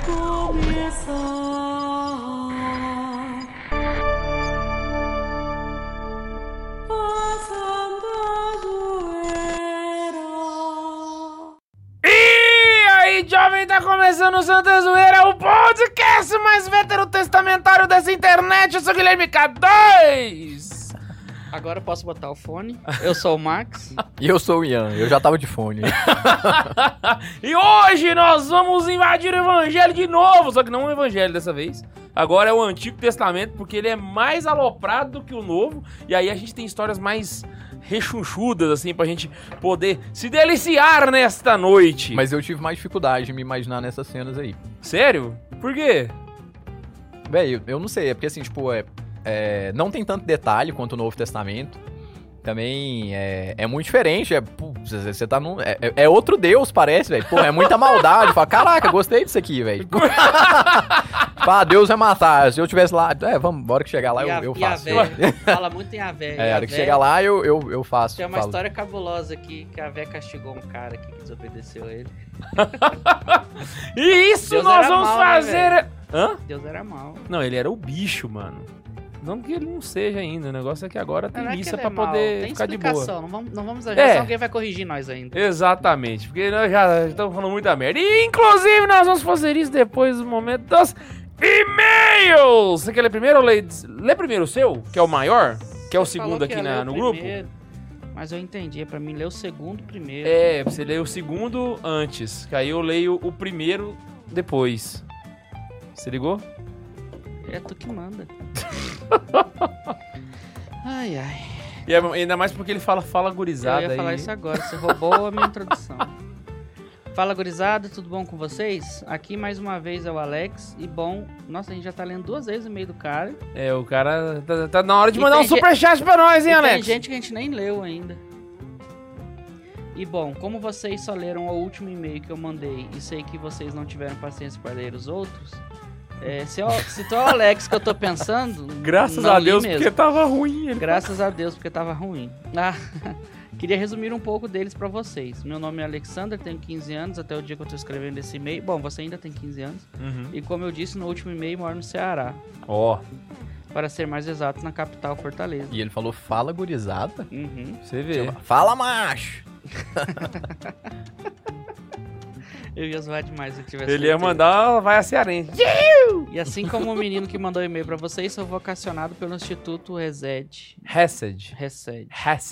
Jovem, tá começando o Santa Zoeira, o podcast mais veterotestamentário dessa internet. Eu sou o Guilherme K2. Agora eu posso botar o fone. Eu sou o Max. E eu sou o Ian, eu já tava de fone. E hoje nós vamos invadir o evangelho de novo, só que não o evangelho dessa vez. Agora é o Antigo Testamento, porque ele é mais aloprado do que o Novo. E aí a gente tem histórias mais rechonchudas, assim, pra gente poder se deliciar nesta noite. Mas eu tive mais dificuldade de me imaginar nessas cenas aí. Sério? Por quê? Véi, eu não sei, é porque assim, tipo, não tem tanto detalhe quanto o Novo Testamento. Também é muito diferente, você tá num... É outro Deus, parece, velho. Pô, é muita maldade. Fala, caraca, gostei disso aqui, velho. Pá, Deus vai matar. Se eu tivesse lá... vamos, bora que chegar lá, eu faço. Fala muito em Avé. A hora que chegar lá, eu faço. Tem uma história cabulosa aqui, que a Avé castigou um cara aqui que desobedeceu a ele. E isso Deus nós era vamos mal, fazer... né, Hã? Deus era mau. Não, ele era o bicho, mano. Não que ele não seja ainda, o negócio é que agora tem Não é missa que ele pra é mau, poder tem ficar de boa. explicação, não vamos exagerar, senão alguém vai corrigir nós ainda. Exatamente, porque nós já estamos falando muita merda. E inclusive nós vamos fazer isso depois do momento dos e-mails. Você quer ler primeiro ou lê primeiro o seu, que é o maior, que é o Você segundo falou que aqui ia ler no o grupo? primeiro, mas eu entendi, é pra mim ler o segundo primeiro. É, você lê o segundo antes, que aí eu leio o primeiro depois. Você ligou? É tu que manda. Ai, ai. E ainda mais porque ele fala gurizada. Eu ia falar aí. isso agora, você roubou a minha introdução. Fala, gurizada, tudo bom com vocês? Aqui mais uma vez é o Alex. E bom, nossa, a gente já tá lendo 2 vezes o e-mail do cara. É, o cara tá na hora de E mandar um tem superchat pra nós, hein, E Alex? tem gente que a gente nem leu ainda. E bom, como vocês só leram o último e-mail que eu mandei e sei que vocês não tiveram paciência para ler os outros, se tu é o Alex que eu tô pensando... Graças não a li Deus, mesmo. porque tava ruim. Graças a Deus, porque tava ruim. Queria resumir um pouco deles pra vocês. Meu nome é Alexander, tenho 15 anos, até o dia que eu tô escrevendo esse e-mail. Bom, você ainda tem 15 anos. Uhum. E como eu disse no último e-mail, moro no Ceará. Ó, Para ser mais exato, na capital, Fortaleza. E ele falou, fala gurizada. Uhum. você vê. Fala macho. Eu ia zoar demais se eu tivesse Ele ia feito mandar, vai a cearense. isso. E assim como o menino que mandou e-mail pra vocês, sou vocacionado pelo Instituto Resed. Hesed. Resed.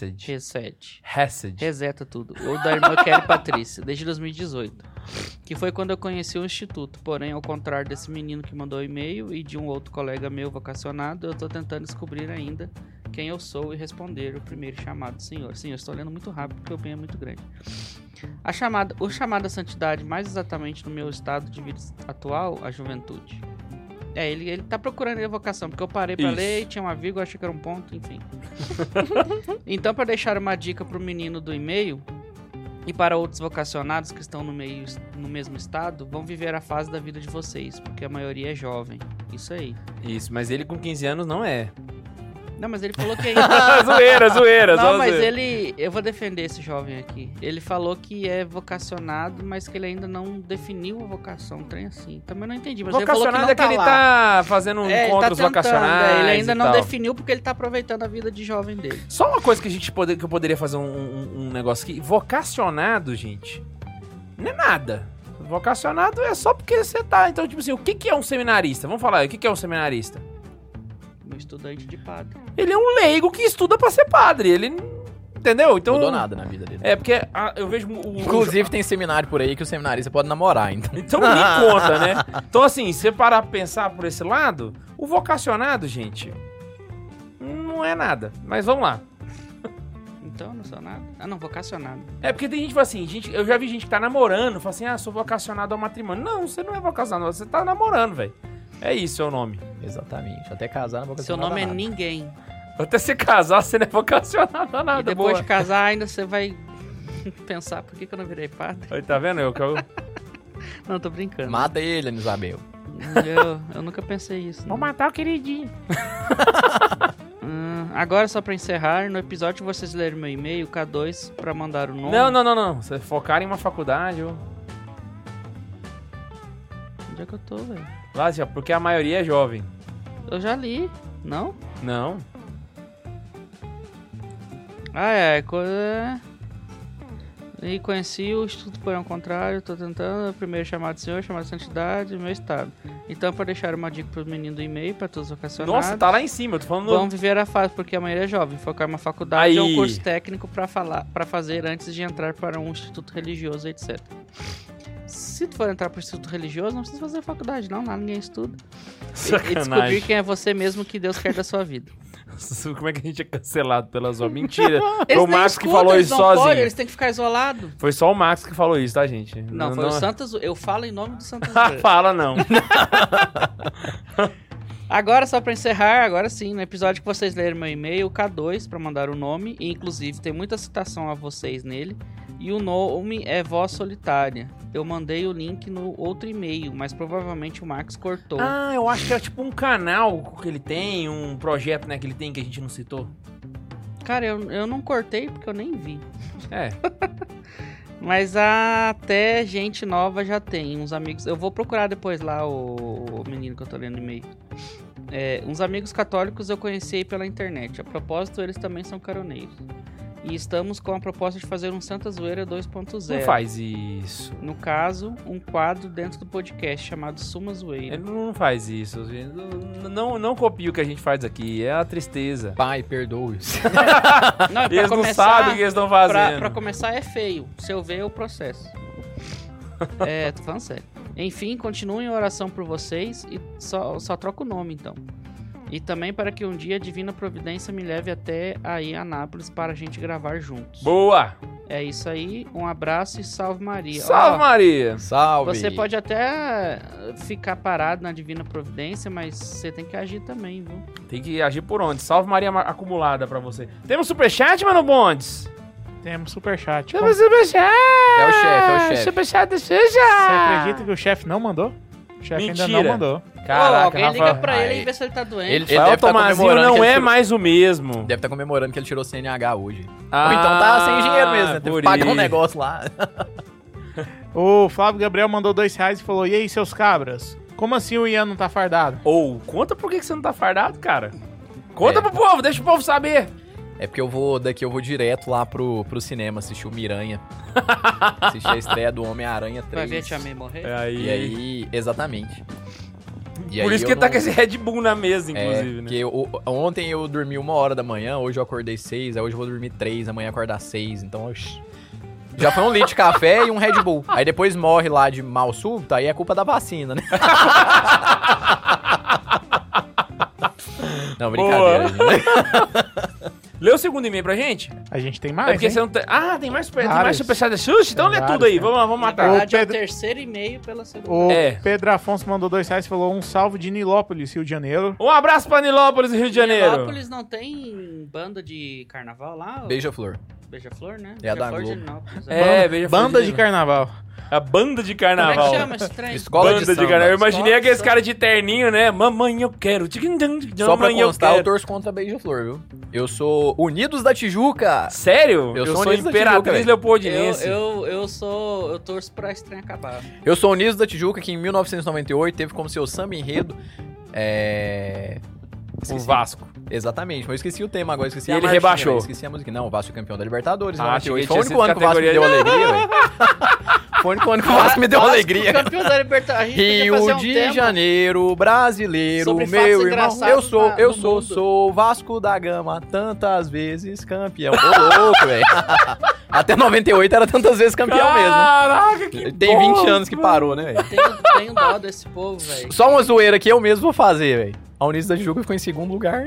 Reseta tudo. Ou da irmã Kelly Patrícia, desde 2018. Que foi quando eu conheci o Instituto. Porém, ao contrário desse menino que mandou e-mail e de um outro colega meu vocacionado, eu tô tentando descobrir ainda quem eu sou e responder o primeiro chamado, senhor. Sim, eu estou lendo muito rápido porque o bem é muito grande. O chamado à santidade, mais exatamente no meu estado de vida atual, a juventude. Ele tá procurando a vocação, porque eu parei pra ler e tinha uma vírgula, achei que era um ponto, enfim. Então, para deixar uma dica pro menino do e-mail e para outros vocacionados que estão no mesmo estado, vão viver a fase da vida de vocês, porque a maioria é jovem. Isso aí. Isso, mas ele com 15 anos não é. Não, mas ele falou que ainda... zoeira. Não, mas zoeira. eu vou defender esse jovem aqui. Ele falou que é vocacionado, mas que ele ainda não definiu a vocação, um trem assim. Também não entendi, mas Vocacionado ele falou que não é que ele lá. tá fazendo encontros ele tá tentando, vocacionais. ele ainda e não tal. definiu porque ele tá aproveitando a vida de jovem dele. Só uma coisa que que eu poderia fazer um negócio aqui. Vocacionado, gente, não é nada. Vocacionado é só porque você tá. Então, tipo assim, o que é um seminarista? Vamos falar aí, o que é um seminarista? Um estudante de padre. Ele é um leigo que estuda pra ser padre. Ele. Entendeu? Então. Não mudou nada na vida dele. É, porque eu vejo. Inclusive tem seminário por aí que o seminarista pode namorar, então. Então me conta, né? Então, assim, se você parar pra pensar por esse lado, o vocacionado, gente, não é nada. Mas vamos lá. Então, não sou nada. Ah, não, vocacionado. É porque tem gente que fala assim, eu já vi gente que tá namorando, fala assim, sou vocacionado ao matrimônio. Não, você não é vocacionado, você tá namorando, velho. É isso, seu nome. Exatamente. Até casar na boca Seu nome é ninguém. Até você casar, você não é vocacionado a nada. E depois boa. de casar, ainda você vai pensar, por que eu não virei padre? Aí, tá vendo? Não, tô brincando. Mata ele, Ana Isabel. Eu nunca pensei isso. Vou matar o queridinho. Agora, só pra encerrar, no episódio vocês leram meu e-mail, K2, pra mandar o nome. Não. Você focar em uma faculdade ou... Onde é que eu tô, velho? Lá, porque a maioria é jovem. Eu já li, não? Não. Coisa... E conheci o Instituto Porão Contrário, tô tentando, primeiro chamado de senhor, chamado de santidade, meu estado. Então, para deixar uma dica pros meninos do e-mail, para todos os vocacionados... Nossa, tá lá em cima, eu tô falando... Vão viver a fase, porque a maioria é jovem, focar em uma faculdade Aí. ou um curso técnico para fazer antes de entrar para um instituto religioso, etc. Se tu for entrar para o instituto religioso, não precisa fazer faculdade, não, lá ninguém estuda. E descobrir quem é você mesmo que Deus quer da sua vida. Como é que a gente é cancelado pela zoa? Mentira. Foi Eles o nem Max que escutam, falou eles isso não sozinho. podem, eles têm que ficar isolados. Foi só o Max que falou isso, tá, gente? Não, foi o Santos. Eu falo em nome do Santos Zoeira. Fala não. Agora, só pra encerrar, agora sim, no episódio que vocês leram meu e-mail, o K2, pra mandar o nome, e inclusive tem muita citação a vocês nele, e o nome é Voz Solitária. Eu mandei o link no outro e-mail, mas provavelmente o Max cortou. Ah, eu acho que era tipo um canal que ele tem, um projeto, né, que ele tem que a gente não citou. Cara, eu não cortei porque eu nem vi. É. Mas até gente nova já tem, uns amigos... Eu vou procurar depois lá o menino que eu tô lendo no e-mail. Uns amigos católicos eu conheci aí pela internet. A propósito, eles também são caroneiros. E estamos com a proposta de fazer um Santa Zoeira 2.0. Não faz isso. No caso, um quadro dentro do podcast chamado Suma Zoeira. Ele não faz isso. Não copia o que a gente faz aqui. É a tristeza. Pai, perdoe-os. Não, Eles não sabem o que eles estão fazendo. Pra começar é feio. Se eu ver, eu processo. Tô falando sério. Enfim, continuem a oração por vocês e só troca o nome, então. E também para que um dia a Divina Providência me leve até aí a Anápolis para a gente gravar juntos. Boa! É isso aí, um abraço e salve Maria. Salve, Maria! Salve! Você pode até ficar parado na Divina Providência, mas você tem que agir também, viu? Tem que agir por onde? Salve Maria acumulada pra você. Temos superchat, mano Bondes? Temos superchat. Temos superchat! É o chefe. Superchat do Xuxa! Você acredita que o chefe não mandou? O chefe ainda não mandou. Caraca, alguém liga Rafa. pra ele e vê se ele tá doente. Ele Rafael deve tá Tomazinho comemorando não que ele é tirou- mais o mesmo. Deve estar comemorando que ele tirou CNH hoje. Ah, Ou então tá sem dinheiro mesmo, né? Teve por que pagar um isso. negócio lá. O Flávio Gabriel mandou R$2 e falou: E aí, seus cabras? Como assim o Ian não tá fardado? Ou, conta por que você não tá fardado, cara. Conta pro povo, deixa o povo saber. É porque eu vou direto lá pro cinema assistir o Miranha. Assistir a estreia do Homem-Aranha 3. Vai ver a Tia May morrer? E aí, exatamente. E Por aí isso que eu ele tá não- com esse Red Bull na mesa, inclusive, né? Porque ontem eu dormi 1h da manhã, hoje eu acordei 6, aí hoje eu vou dormir 3, amanhã acordar 6, então oxi. Já foi 1 litro de café e um Red Bull. Aí depois morre lá de mal súbito, aí é culpa da vacina, né? Não, brincadeira. Gente. Lê o segundo e-mail pra gente. A gente tem É mais, porque hein? você não tem... Ah, tem mais Vários. superchat da Xuxa? Então lê Vários, tudo aí, cara. vamos Na matar. verdade, é o Pedro- terceiro e-mail pela segunda. O É. Pedro Afonso mandou R$2 e falou: Um salve de Nilópolis, Rio de Janeiro. Um abraço pra Nilópolis, Rio de Janeiro. Nilópolis não tem banda de carnaval lá? Beija-flor. Beija-flor, né? É a da Beija-flor de Globo. Nilópolis. Beija Banda de carnaval. A banda de Como é carnaval. que chama esse trem? Escola Banda de de samba. carnaval. Eu imaginei Escola de aqueles samba. caras de terninho, né? Mamãe, eu quero. Só pra Mamãe, eu constar, eu quero. torço contra a Beija-Flor, viu? Eu sou Unidos da Tijuca. Sério? Eu Eu sou sou Unidos da Imperatriz Tijuca, velho. Leopoldinense. Eu torço pra esse trem acabar. Eu sou Unidos da Tijuca, que em 1998 teve como seu samba enredo... O Esqueci. Vasco. Exatamente, mas eu esqueci o tema agora, esqueci E a ele marchinha, rebaixou. velho, esqueci a música. Não, o Vasco é campeão da Libertadores, Ah, 98. achei Foi o que único ano que o Vasco me deu alegria, velho. Foi o único ano que o Vasco me deu Vasco, alegria. Campeão da Libertadores. A gente podia Rio fazer um de tema Janeiro, brasileiro, sobre meu fatos irmão. engraçados Eu no mundo. sou Vasco da Gama, tantas vezes campeão. Ô, louco, velho. Até 98 era tantas vezes campeão mesmo. Caraca, que Tem 20 bosta. anos que parou, né, velho? Tenho dó desse povo, velho. Só uma zoeira que eu mesmo vou fazer, velho. A Unidos da Tijuca ficou em segundo lugar.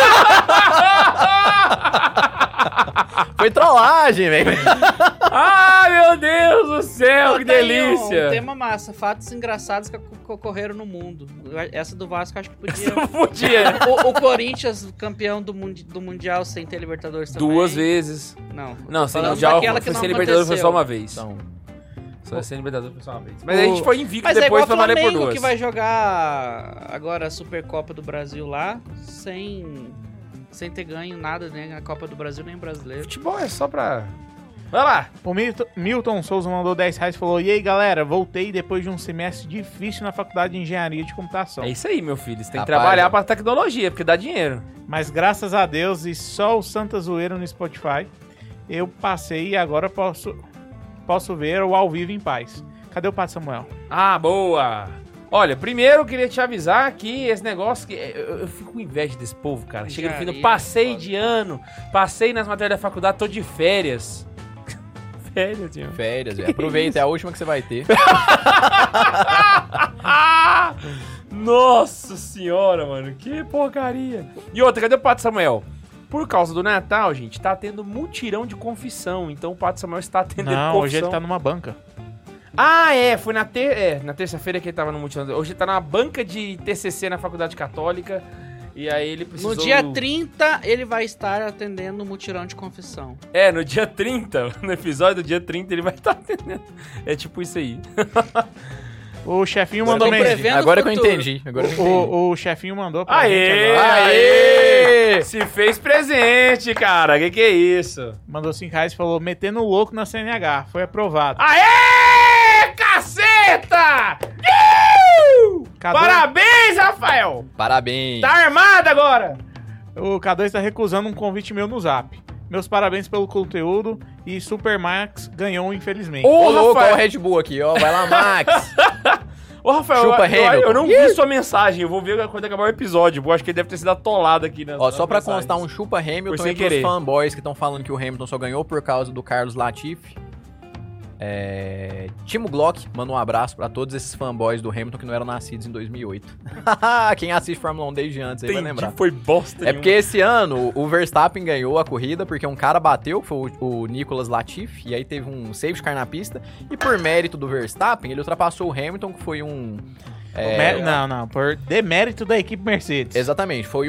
Foi trollagem, velho. Ai, meu Deus do céu, Pô, que tá aí delícia. Um tema massa, fatos engraçados que ocorreram no mundo. Essa do Vasco acho que podia... Não podia. O Corinthians, campeão do Mundial sem ter Libertadores também. 2 vezes. Não. Não, sem Falando Mundial, daquela que foi não sem Libertadores foi só aconteceu. uma vez. Então, Só sem Libertadores foi só uma vez. Mas a gente foi invicto Mas é depois igual pra o valer por Flamengo 2. que vai jogar agora a Supercopa do Brasil lá sem ter ganho nada, né? Na Copa do Brasil nem brasileiro. Futebol é só pra... Vai lá. O Milton Souza mandou 10 reais e falou: e aí, galera, voltei depois de um semestre difícil na faculdade de engenharia de computação. É isso aí, meu filho. Você tem que Rapaz, trabalhar ó. pra tecnologia, porque dá dinheiro. Mas graças a Deus e só o Santa Zoeira no Spotify, eu passei e agora posso ver o ao vivo em paz. Cadê o Padre Samuel? Ah, boa. Olha, primeiro eu queria te avisar que esse negócio... Eu fico com inveja desse povo, cara. Chega no fim do... Engenharia, Passei foda. de ano, passei nas matérias da faculdade, tô de férias. Férias, tio. Férias, velho. Aproveita, é a última que você vai ter. Nossa senhora, mano. Que porcaria. E outra, cadê o Padre Samuel? Por causa do Natal, gente, tá tendo mutirão de confissão. Então o Padre Samuel está atendendo Não, confissão. hoje ele tá numa banca. Ah, é. Foi na terça-feira que ele tava no mutirão. Hoje ele tá na banca de TCC na Faculdade Católica. E aí ele precisou... No dia 30, ele vai estar atendendo o mutirão de confissão. É, no dia 30. No episódio do dia 30 ele vai estar atendendo. É tipo isso aí. O chefinho Agora mandou tô mensagem. prevendo Agora o que eu futuro. entendi. Agora que eu entendi. O chefinho mandou pra gente Aê! agora. Aê! Se fez presente, cara. Que é isso? Mandou 5 reais e falou: metendo louco na CNH. Foi aprovado. Aê! Caceta! Cadê? Parabéns, Rafael! Parabéns. Tá armado agora! O K2 tá recusando um convite meu no Zap. Meus parabéns pelo conteúdo e Supermax ganhou, infelizmente. Ô, louco, Rafael. ó o Red Bull aqui, ó. Vai lá, Max. Ô, Rafael, Chupa, eu Hamilton. não vi sua mensagem. Eu vou ver quando acabar o episódio. Eu acho que ele deve ter sido atolado aqui, né? Ó, só pra constar um chupa Por Hamilton sem entre querer. os fanboys que estão falando que o Hamilton só ganhou por causa do Carlos Latifi. Timo Glock manda um abraço pra todos esses fanboys do Hamilton que não eram nascidos em 2008. Quem assiste Fórmula 1 desde antes aí vai lembrar. Foi bosta É porque esse ano o Verstappen ganhou a corrida porque um cara bateu, que foi o Nicolas Latifi, e aí teve um safety car na pista, e por mérito do Verstappen, ele ultrapassou o Hamilton, que foi um... Não, por demérito da equipe Mercedes. Exatamente, foi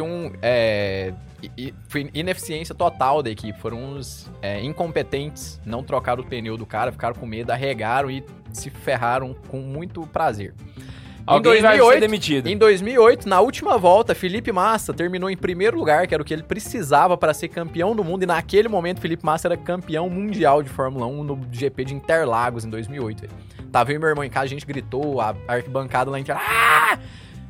foi ineficiência total da equipe, foram uns incompetentes, não trocaram o pneu do cara, ficaram com medo, arregaram e se ferraram com muito prazer. Alguém vai ser demitido. Em 2008, na última volta, Felipe Massa terminou em primeiro lugar, que era o que ele precisava para ser campeão do mundo, e naquele momento Felipe Massa era campeão mundial de Fórmula 1 no GP de Interlagos em 2008. Véio. Tava eu e meu irmão em casa, a gente gritou, a arquibancada lá em Interlagos. Ah!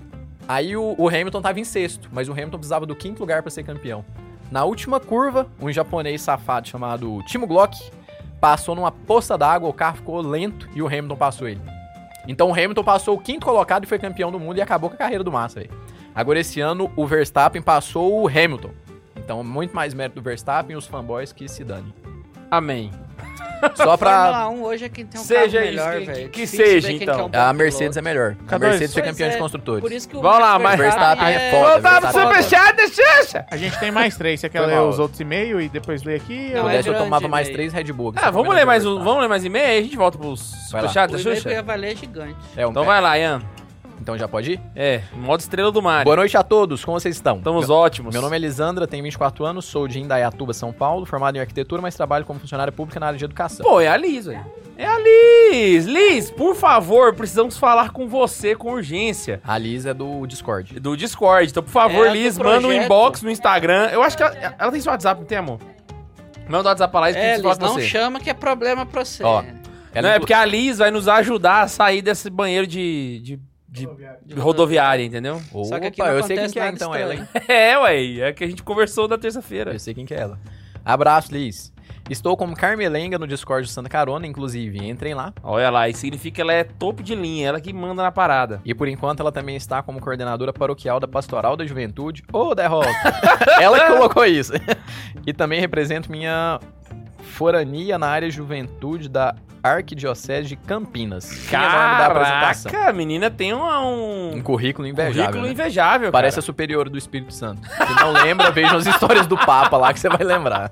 Aí o Hamilton tava em sexto, mas o Hamilton precisava do quinto lugar para ser campeão. Na última curva, um japonês safado chamado Timo Glock passou numa poça d'água, o carro ficou lento e o Hamilton passou ele. Então o Hamilton passou o quinto colocado e foi campeão do mundo e acabou com a carreira do Massa, velho. Agora esse ano o Verstappen passou o Hamilton. Então muito mais mérito do Verstappen e os fanboys que se danem. Amém. Só pra... Fórmula 1 hoje é quem tem um Seja carro melhor, isso, que velho. seja, Difícil ver quem então. que é um bom A Mercedes piloto. é melhor. A Cadê Mercedes foi Pois campeã de é, construtores. Por isso que o Vamos lá, Max mas Verstappen é foda. Voltar pro Verstappen é superchat da Xuxa! A gente tem mais 3. Você quer Foi ler mal. os outros e-mails e depois ler aqui? Não, ou- é Pudesse, eu grande tomava mais e-mail. 3 Red Bull. Ah, vamos ler mais e-mail aí a gente volta pros Vai lá. superchat O da e-mail que Xuxa? eu ia ler é gigante. Então Então vai lá, Ian. Então já pode ir? É, modo estrela do mar. Boa noite a todos, como vocês estão? Estamos ótimos. Meu nome é Elisandra, tenho 24 anos, sou de Indaiatuba, São Paulo, formado em arquitetura, mas trabalho como funcionária pública na área de educação. Pô, é a Liz, velho. É a Liz! Liz, por favor, precisamos falar com você com urgência. A Liz é do Discord. Do Discord. Então, por favor, É, do Liz, manda um projeto. inbox no Instagram. Eu acho que ela tem seu WhatsApp, não tem, amor? Manda o WhatsApp pra lá e É, precisa falar Liz, com não você. chama que é problema pra você. Ó, Não, é porque a Liz vai nos ajudar a sair desse banheiro de rodoviária, entendeu? Só que aqui Opa, não eu sei quem acontece que é nada então estranho. ela, hein? É, ué. É que a gente conversou na terça-feira. Eu sei quem que é ela. Abraço, Liz. Estou como Carmelenga no Discord do Santa Carona, inclusive, entrem lá. Olha lá, isso significa que ela é topo de linha, ela que manda na parada. E por enquanto ela também está como coordenadora paroquial da Pastoral da Juventude. Ô, derrota! Ela que colocou isso. E também represento minha forania na área juventude da Arquidiocese de Campinas. Quem é o nome da apresentação? Caraca, a menina tem um Um currículo invejável, currículo né? invejável, Parece cara. a superior do Espírito Santo. Se não lembra, vejam as histórias do Papa lá que você vai lembrar.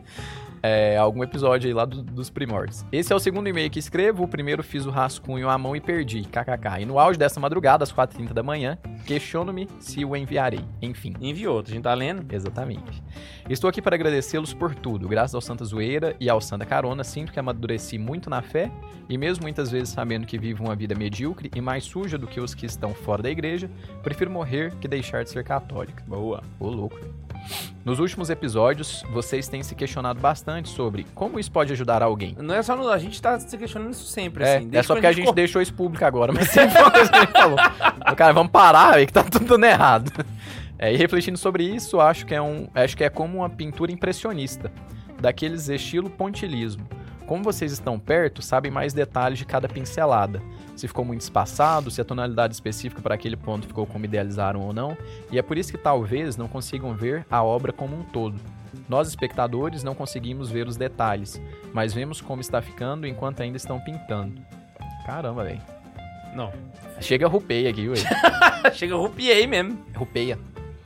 Algum episódio aí lá dos primórdios. Esse é o segundo e-mail que escrevo. O primeiro fiz o rascunho à mão e perdi. KKK. E no auge dessa madrugada, às 4h30 da manhã, questiono-me se o enviarei. Enfim. Enviou, a gente tá lendo? Exatamente. Estou aqui para agradecê-los por tudo. Graças ao Santa Zoeira e ao Santa Carona, sinto que amadureci muito na fé e mesmo muitas vezes sabendo que vivo uma vida medíocre e mais suja do que os que estão fora da igreja, prefiro morrer que deixar de ser católica. Boa. Ô, louco, velho. Nos últimos episódios, vocês têm se questionado bastante sobre como isso pode ajudar alguém. Não é só a gente tá se questionando isso sempre, É, assim. é só porque a gente deixou isso público agora, mas sempre foi uma coisa que a gente falou. Cara, vamos parar, véio, que tá tudo dando errado. E refletindo sobre isso, acho que é como uma pintura impressionista, daqueles estilo pontilhismo. Como vocês estão perto, sabem mais detalhes de cada pincelada. Se ficou muito espaçado, se a tonalidade específica para aquele ponto ficou como idealizaram ou não, e é por isso que talvez não consigam ver a obra como um todo. Nós, espectadores, não conseguimos ver os detalhes, mas vemos como está ficando enquanto ainda estão pintando. Caramba, velho. Não. Chega rupeia aqui, velho. Chega, eu rupiei mesmo. Rupeia.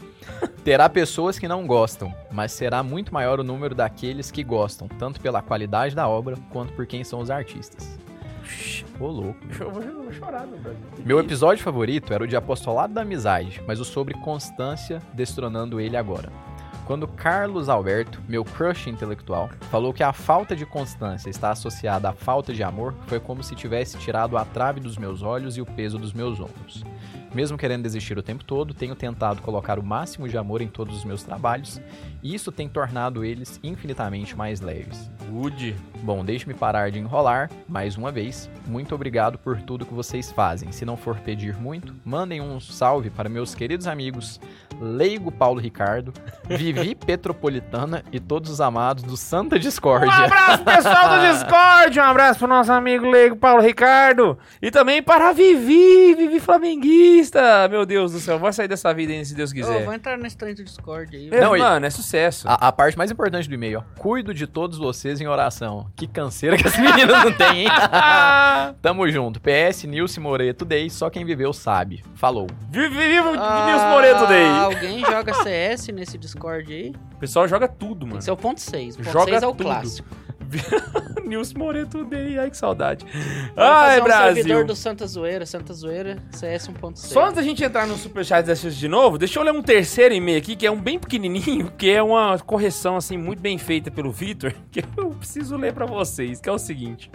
Terá pessoas que não gostam, mas será muito maior o número daqueles que gostam, tanto pela qualidade da obra, quanto por quem são os artistas. Ô, louco. Eu vou chorar, meu brother. Meu episódio favorito era o de Apostolado da Amizade, mas o sobre Constância, destronando ele agora. Quando Carlos Alberto, meu crush intelectual, falou que a falta de constância está associada à falta de amor, foi como se tivesse tirado a trave dos meus olhos e o peso dos meus ombros. Mesmo querendo desistir o tempo todo, tenho tentado colocar o máximo de amor em todos os meus trabalhos, e isso tem tornado eles infinitamente mais leves. Good. Bom, deixe-me parar de enrolar, mais uma vez. Muito obrigado por tudo que vocês fazem. Se não for pedir muito, mandem um salve para meus queridos amigos Leigo Paulo Ricardo, Vivi Petropolitana e todos os amados do Santa Discórdia. Um abraço, pessoal do Discord. Um abraço pro nosso amigo Leigo Paulo Ricardo. E também para a Vivi flamenguista. Meu Deus do céu, vai sair dessa vida aí, se Deus quiser. Vou entrar nesse trem do Discord aí. Não, Mano, é sucesso. A parte mais importante do e-mail, ó. Cuido de todos vocês em oração. Que canseira que as meninas não têm, hein? Tamo junto. PS, Nilce Moreto Day, só quem viveu sabe. Falou. Viva Nilson Moreto Day. Alguém joga CS nesse Discord aí? O pessoal joga tudo, mano. Esse é o ponto 6. O ponto Joga 6 é o tudo. clássico. Nilson Moreto Day, ai que saudade. Vamos Ai, fazer um Brasil. servidor do Santa Zoeira CS 1.6. Só antes da gente entrar no Superchat dessas de novo, deixa eu ler um terceiro e-mail aqui, que é um bem pequenininho, que é uma correção, assim, muito bem feita pelo Vitor, que eu preciso ler pra vocês, que é o seguinte.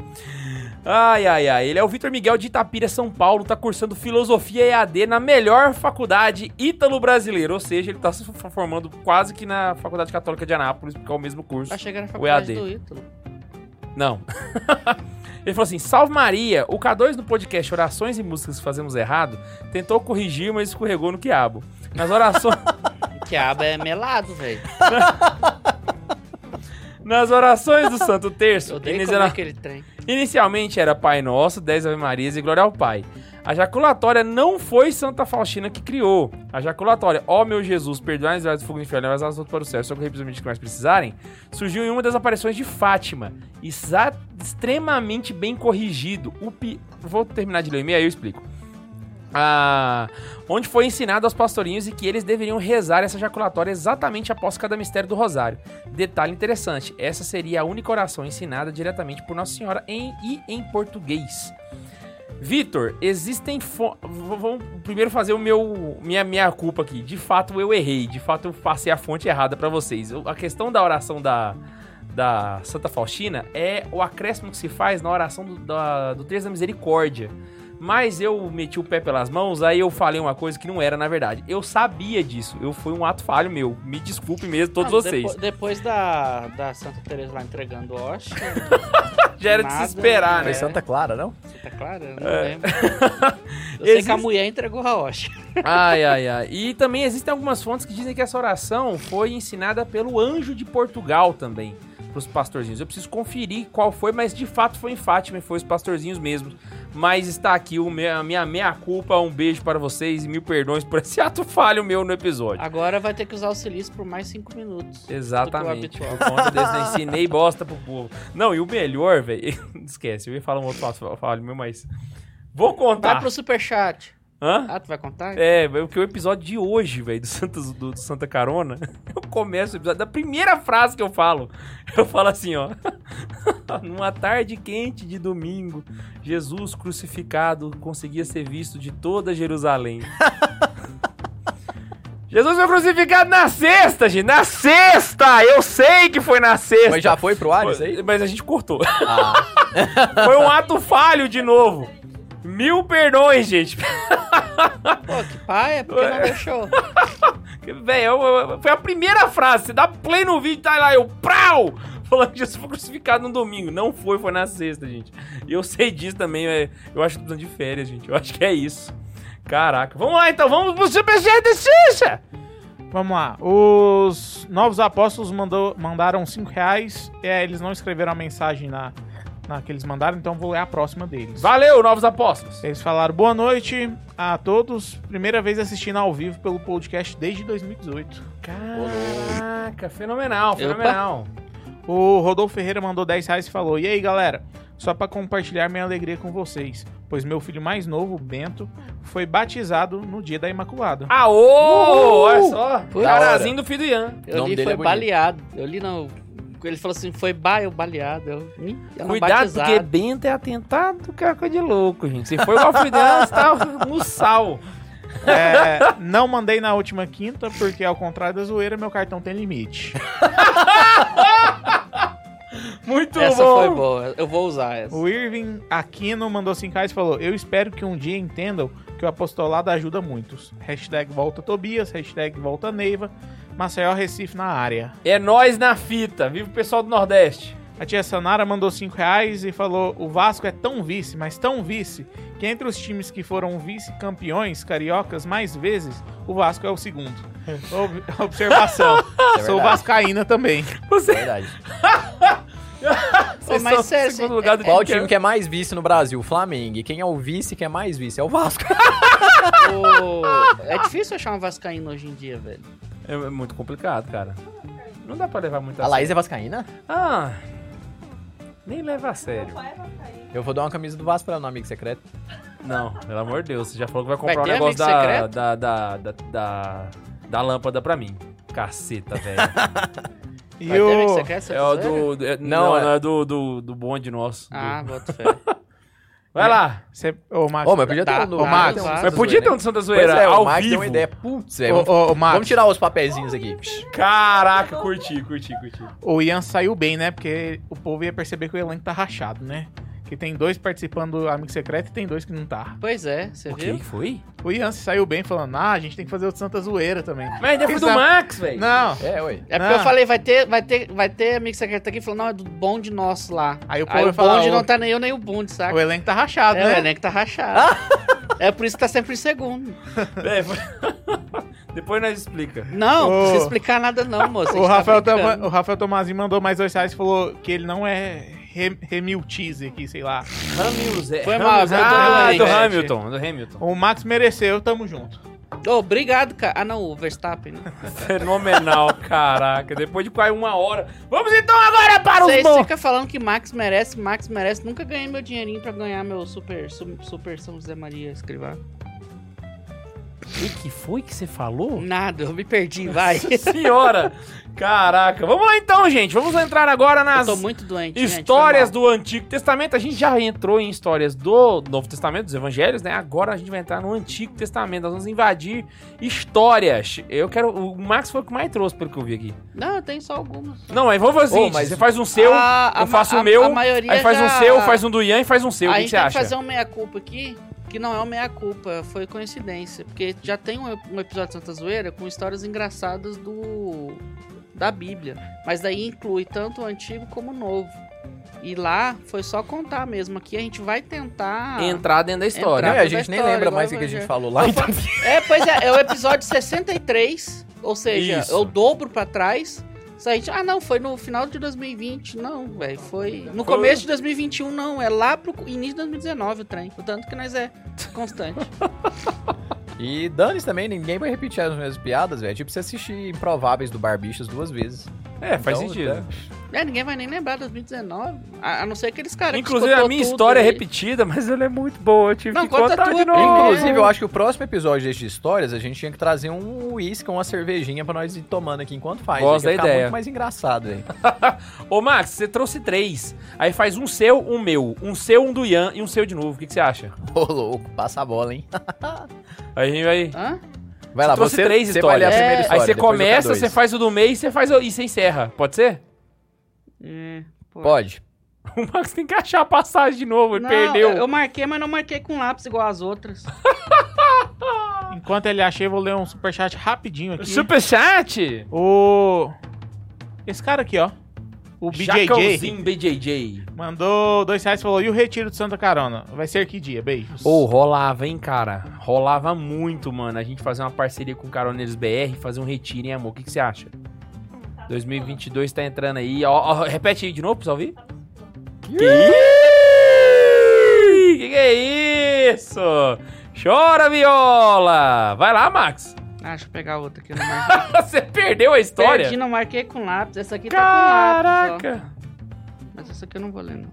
Ele é o Vitor Miguel de Itapira, São Paulo, tá cursando Filosofia EAD na melhor faculdade ítalo-brasileira, ou seja, ele tá se formando quase que na Faculdade Católica de Anápolis, porque é o mesmo curso. Tá chegando na o faculdade EAD. do Ítalo. Não. Ele falou assim, salve Maria, o K2 no podcast Orações e Músicas que Fazemos Errado tentou corrigir, mas escorregou no quiabo. Nas orações... Quiabo é melado, velho. Nas orações do Santo Terço, Eu odeio como é aquele trem. inicialmente era Pai Nosso, 10 Ave Marias e Glória ao Pai. A jaculatória não foi Santa Faustina que criou. A jaculatória, ó meu Jesus, perdoai as do fogo do inferno, leva as almas para o céu, só que represamente que mais precisarem, surgiu em uma das aparições de Fátima. Extremamente bem corrigido. Vou terminar de ler o e-mail, aí eu explico. Onde foi ensinado aos pastorinhos e que eles deveriam rezar essa jaculatória exatamente após cada mistério do rosário. Detalhe interessante, essa seria a única oração ensinada diretamente por Nossa Senhora em português. Vitor, existem... Vamos primeiro fazer minha culpa aqui. De fato, eu errei. De fato, eu passei a fonte errada pra vocês. A questão da oração da Santa Faustina é o acréscimo que se faz na oração do Terço da Misericórdia. Mas eu meti o pé pelas mãos, aí eu falei uma coisa que não era, na verdade. Eu sabia disso. Foi um ato falho meu. Me desculpe mesmo, todos vocês. Depois da Santa Teresa lá entregando o hóstia... Já era de se esperar, Foi né? Santa Clara, não? Santa Clara? Eu não lembro. Eu sei que a mulher entregou a hóstia. Ai. E também existem algumas fontes que dizem que essa oração foi ensinada pelo Anjo de Portugal também, pros pastorzinhos. Eu preciso conferir qual foi, mas de fato foi em Fátima e foi os pastorzinhos mesmos. Mas está aqui a minha meia-culpa, um beijo para vocês e 1000 perdões por esse ato falho meu no episódio. Agora vai ter que usar o silício por mais 5 minutos. Exatamente. Do que o Por habitual. conta desse, né? Ensinei bosta pro povo. Não, e o melhor, velho... Esquece, eu ia falar um outro ato falho meu, mas... Vou contar. Vai pro superchat. Hã? Ah, tu vai contar? É, porque o episódio de hoje, velho, do Santa Carona, eu começo o episódio da primeira frase que eu falo assim, ó. Numa tarde quente de domingo, Jesus crucificado conseguia ser visto de toda Jerusalém. Jesus foi crucificado na sexta, gente, na sexta! Eu sei que foi na sexta. Mas já foi pro ar isso aí? Mas a gente cortou. Ah. Foi um ato falho de novo. 1000 perdões, gente. Pô, que paia, por que não deixou? Velho, foi a primeira frase. Você dá play no vídeo e tá lá, eu prau! Falando que Jesus foi crucificado no domingo. Não foi na sexta, gente. E eu sei disso também, eu acho que tô precisando de férias, gente. Eu acho que é isso. Caraca. Vamos lá, então. Vamos pro Superchat da Xuxa! Vamos lá. Os novos apóstolos mandaram R$5. Eles não escreveram a mensagem na que eles mandaram, então vou ler a próxima deles. Valeu, novos apóstolos. Eles falaram, boa noite a todos. Primeira vez assistindo ao vivo pelo podcast desde 2018. Caraca, fenomenal, fenomenal. O Rodolfo Ferreira mandou R$10 e falou, e aí, galera? Só pra compartilhar minha alegria com vocês, pois meu filho mais novo, Bento, foi batizado no dia da Imaculada. Olha só. Putz. Carazinho do filho do Ian. Eu nome li dele foi é bonito. baleado. Eu li não. Ele falou assim, foi baleado. Cuidado, batizado. porque Bento é atentado, que é coisa de louco, gente. Se for igual o filho do Ian, você tá no sal. Não mandei na última quinta, porque ao contrário da zoeira, meu cartão tem limite. Muito Essa bom. foi boa, eu vou usar essa. O Irving Aquino mandou R$5 e falou, eu espero que um dia entendam que o apostolado ajuda muitos. Hashtag volta Tobias, hashtag volta Neiva, Maceió Recife na área. É nós na fita. Viva o pessoal do Nordeste. A tia Sanara mandou R$5 e falou, o Vasco é tão vice, mas tão vice, que entre os times que foram vice-campeões cariocas mais vezes, o Vasco é o segundo. Observação, É sou verdade. vascaína também. Você... Verdade. Vocês mas são sério, o segundo assim, lugar do Qual o time time que é mais vice no Brasil? O Flamengo. E quem é o vice que é mais vice? É o Vasco. É difícil achar um vascaíno hoje em dia, velho. É muito complicado, cara. Não dá pra levar muito a A Laís sério. é vascaína? Ah, nem leva a sério. Eu vou dar uma camisa do Vasco pra ela no Amigo Secreto. Não, pelo amor de Deus. Você já falou que vai Vai comprar um ter negócio amigo secreto? da lâmpada pra mim. Caceta, velho. E Vai ter amigo o... secreto, você É o tá zoando? não, é- não é do bonde nosso. Ah, bota fé. Vai lá. Ô, Max, Ô, mas podia ter Dá- um do Ô, Max, tem um mas Santa Mas podia ter Zoeira, um de Santa hein? Zoeira Pois é, ao o Max vivo. deu uma ideia. Putz, velho. Ô, Max, Vamos tirar os papeizinhos aqui. Caraca, curti. o Ian saiu bem, né? Porque o povo ia perceber que o elenco tá rachado, né? Que tem 2 participando do Amigo Secreto e tem 2 que não tá. Pois é, você O viu? que foi? O Ian se saiu bem falando, a gente tem que fazer o de Santa Zoeira também. Mas ainda foi do Exato. Max, velho. Não. É, ué. É porque Não. eu falei, vai ter amigo secreto aqui, falou, não, é do bonde nosso lá. Aí o povo Aí vai o falar, bonde ô, não tá nem eu nem o bonde, saca? o elenco tá rachado, É, o né? elenco tá rachado. É por isso que tá sempre em segundo. É, foi- Depois nós explica. Não, Ô. não precisa explicar nada não, moço. a O gente tá Rafael, brincando. o Rafael Tomazinho mandou mais R$2 e falou que ele não é Remiltize aqui, sei lá. Hamilton. Foi mal, Hamilton. eu tô Ah, doente. do Hamilton. O Max mereceu, tamo junto. Ô, obrigado, cara. Ah, não, o Verstappen, né? Fenomenal, caraca. Depois de quase 1 hora. Vamos então agora para os Vocês bons. ficam falando que Max merece. Nunca ganhei meu dinheirinho pra ganhar meu super São José Maria Escrivá. O que foi que você falou? Nada, eu me perdi, vai. Senhora. Caraca. Vamos lá então, gente. Vamos entrar agora Eu nas tô muito doente, gente, histórias foi mal. do Antigo Testamento. A gente já entrou em histórias do Novo Testamento, dos Evangelhos, né? Agora a gente vai entrar no Antigo Testamento. Nós vamos invadir histórias. Eu quero... O Max foi o que mais trouxe, pelo que eu vi aqui. Não, eu tenho só algumas. Não, aí vamos fazer o seguinte. mas- Você faz um seu, eu faço o meu, a maioria aí faz um já- seu, faz um do Ian e faz um seu. O A que gente você tem que acha? fazer um meia-culpa aqui, que não é um meia-culpa, foi coincidência. Porque já tem um episódio de Santa Zoeira com histórias engraçadas da Bíblia. Mas daí inclui tanto o antigo como o novo. E lá foi só contar mesmo. Aqui a gente vai tentar... Entrar dentro da história. Não, Entrar. e a gente nem história, lembra igual mais o que a vai gente ver. falou lá. Então... Pois é o episódio 63, ou seja, Isso. eu dobro pra trás. Se a gente, não, foi no final de 2020. Não, velho, foi no Foi- começo de 2021, não. É lá pro início de 2019 o trem. O tanto que nós é constante. E dane-se também, ninguém vai repetir as mesmas piadas, velho. Tipo, você assistir Improváveis do Barbichas 2 vezes. É, faz Então, sentido. Ninguém vai nem lembrar de 2019. A não ser aqueles caras Inclusive, que a escutou minha tudo história é aí. repetida, mas ela é muito boa. Eu tive Não, que conta contar a de tua, novo. Inclusive, eu acho que o próximo episódio deste Histórias, a gente tinha que trazer um uísque, uma cervejinha pra nós ir tomando aqui enquanto faz. Gosto Vai da ficar ideia. muito mais engraçado, velho. Ô, Max, você trouxe 3. Aí faz um seu, um meu. Um seu, um do Ian e um seu de novo. O que você acha? Ô, louco, passa a bola, hein? Aí a gente vai... Hã? Vai lá, trouxe você, 3 você vai ler a histórias. primeira É. história. Aí você depois eu começa, quero você dois. faz o do meio e você encerra. Pode ser? Pode. O Max tem que achar a passagem de novo, ele Não, perdeu. eu marquei, mas não marquei com lápis igual as outras. Enquanto ele acha, eu vou ler um superchat rapidinho aqui. Superchat? Esse cara aqui, ó. O Jacãozinho BJJ. Mandou R$2 e falou, e o retiro de Santa Carona? Vai ser que dia? Beijos. Rolava, hein, cara? Rolava muito, mano. A gente fazer uma parceria com o Caroneiros BR, fazer um retiro, hein, amor? O que você acha? 2022 tá entrando aí. Ó, repete aí de novo, pra você ouvir. Que é isso? Chora, viola! Vai lá, Max. Deixa eu pegar outra aqui. Eu não marquei. Você perdeu a história? Perdi, não marquei com lápis. Essa aqui tá com lápis, Caraca! Mas essa aqui eu não vou ler, não.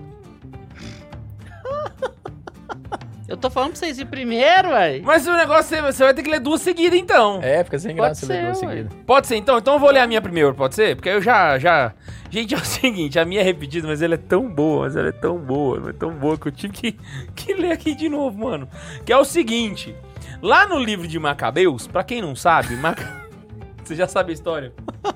Eu tô falando pra vocês ir primeiro, ué. Mas o negócio, você vai ter que ler duas seguidas, então. Fica sem graça ler duas seguidas. Pode ser, então? Então eu vou ler a minha primeiro, pode ser? Porque eu já... Gente, é o seguinte, a minha é repetida, mas ela é tão boa, que eu tive que ler aqui de novo, mano. Que é o seguinte, lá no livro de Macabeus, pra quem não sabe, você já sabe a história?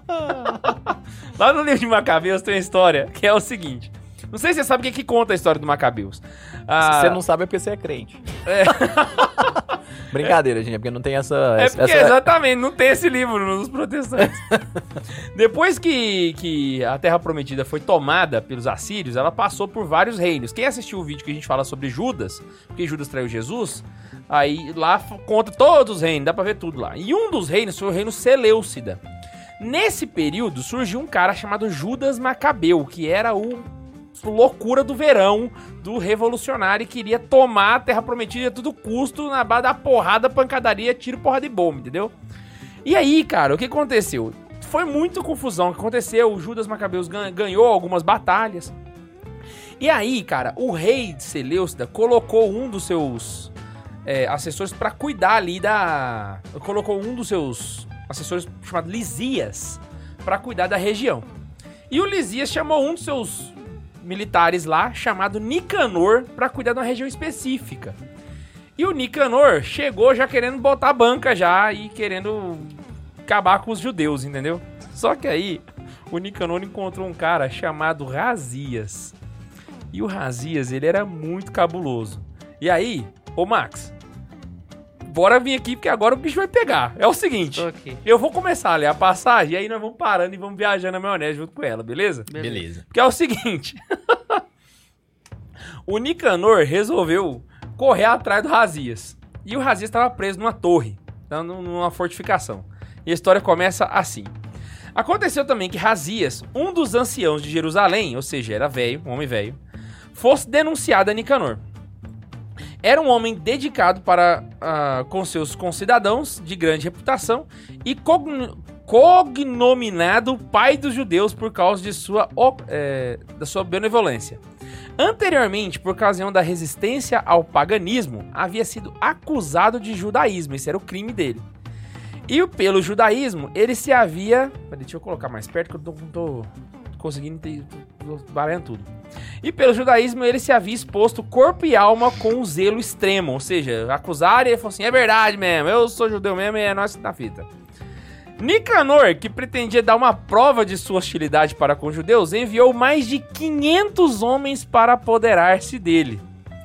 Lá no livro de Macabeus tem uma história, que é o seguinte... Não sei se você sabe o que conta a história do Macabeus. Se você não sabe é porque você é crente. Brincadeira, gente, é porque não tem essa... Exatamente, não tem esse livro nos protestantes. Depois que a Terra Prometida foi tomada pelos assírios, ela passou por vários reinos. Quem assistiu o vídeo que a gente fala sobre Judas, porque Judas traiu Jesus, aí lá conta todos os reinos, dá pra ver tudo lá. E um dos reinos foi o reino Seleucida. Nesse período surgiu um cara chamado Judas Macabeu, que era o loucura do verão do revolucionário e queria tomar a Terra Prometida a todo custo, na base da porrada, pancadaria, tiro, porra de bomba, entendeu? E aí, cara, o que aconteceu? Foi muita confusão o que aconteceu, o Judas Macabeus ganhou algumas batalhas. E aí, cara, o rei de Seleucida colocou um dos seus assessores pra cuidar ali colocou um dos seus assessores chamado Lisias pra cuidar da região. E o Lisias chamou um dos seus militares lá, chamado Nicanor, pra cuidar de uma região específica. E o Nicanor chegou já querendo botar a banca já e querendo acabar com os judeus, entendeu? Só que aí, o Nicanor encontrou um cara chamado Razias. E o Razias, ele era muito cabuloso. E aí, ô Max, bora vir aqui porque agora o bicho vai pegar. É o seguinte, eu vou começar a ler a passagem e aí nós vamos parando e vamos viajando na maionese junto com ela, beleza? Beleza. Porque é o seguinte, o Nicanor resolveu correr atrás do Razias. E o Razias estava preso numa torre, numa fortificação. E a história começa assim. Aconteceu também que Razias, um dos anciãos de Jerusalém, ou seja, era velho, um homem velho, fosse denunciado a Nicanor. Era um homem dedicado com seus concidadãos de grande reputação e cognominado pai dos judeus por causa de da sua benevolência. Anteriormente, por ocasião da resistência ao paganismo, havia sido acusado de judaísmo, esse era o crime dele. E pelo judaísmo, ele se havia... Deixa eu colocar mais perto que eu não tô conseguindo baralhando tudo. E pelo judaísmo, ele se havia exposto corpo e alma com um zelo extremo. Ou seja, acusaram e ele falou assim, é verdade mesmo, eu sou judeu mesmo e é nós que tá na fita. Nicanor, que pretendia dar uma prova de sua hostilidade para com os judeus, enviou mais de 500 para apoderar-se dele.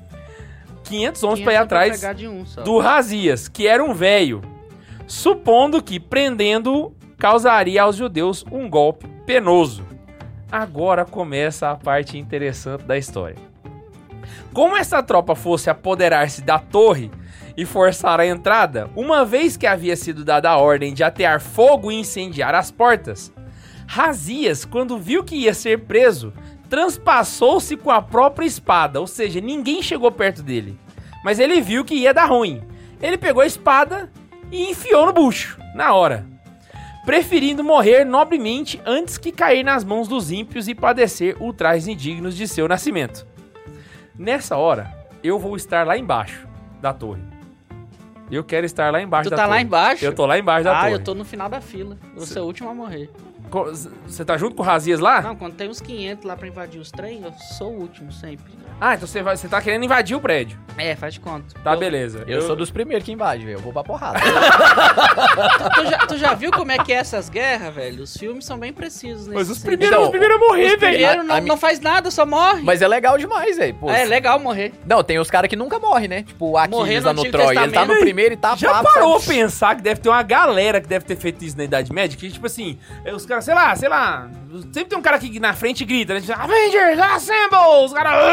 500 homens para ir atrás do Razias, que era um velho, supondo que, prendendo-o, causaria aos judeus um golpe penoso. Agora começa a parte interessante da história. Como essa tropa fosse apoderar-se da torre e forçar a entrada, uma vez que havia sido dada a ordem de atear fogo e incendiar as portas, Razias, quando viu que ia ser preso, transpassou-se com a própria espada, ou seja, ninguém chegou perto dele. Mas ele viu que ia dar ruim. Ele pegou a espada e enfiou no bucho, na hora, preferindo morrer nobremente antes que cair nas mãos dos ímpios e padecer ultrajes indignos de seu nascimento. Nessa hora, eu vou estar lá embaixo da torre. Eu quero estar lá embaixo da torre. Tu tá lá embaixo? Eu tô lá embaixo da torre. Eu tô no final da fila. Eu vou ser o último a morrer. Você tá junto com o Razias lá? Não, quando tem uns 500 lá pra invadir os trem, eu sou o último sempre. Ah, então você tá querendo invadir o prédio. É, faz de conta. Tá, beleza. Eu sou dos primeiros que invade, velho. Eu vou pra porrada. Tu já viu como é que é essas guerras, velho? Os filmes são bem precisos nesse Mas os sentido. primeiros a morrer, Os velho. primeiros não faz nada, só morre. Mas é legal demais, velho. Pô, É legal morrer. Não, tem os caras que nunca morrem, né? Tipo, o Morrer Aquiles no lá no Antigo Troia. Ele tá no Testamento. primeiro e tá Já papo, parou sabe? a pensar que deve ter uma galera que deve ter feito isso na Idade Média? Que, tipo assim, os caras, sei lá, sempre tem um cara que na frente grita, né? Tipo, Avengers, assemble! Os caras...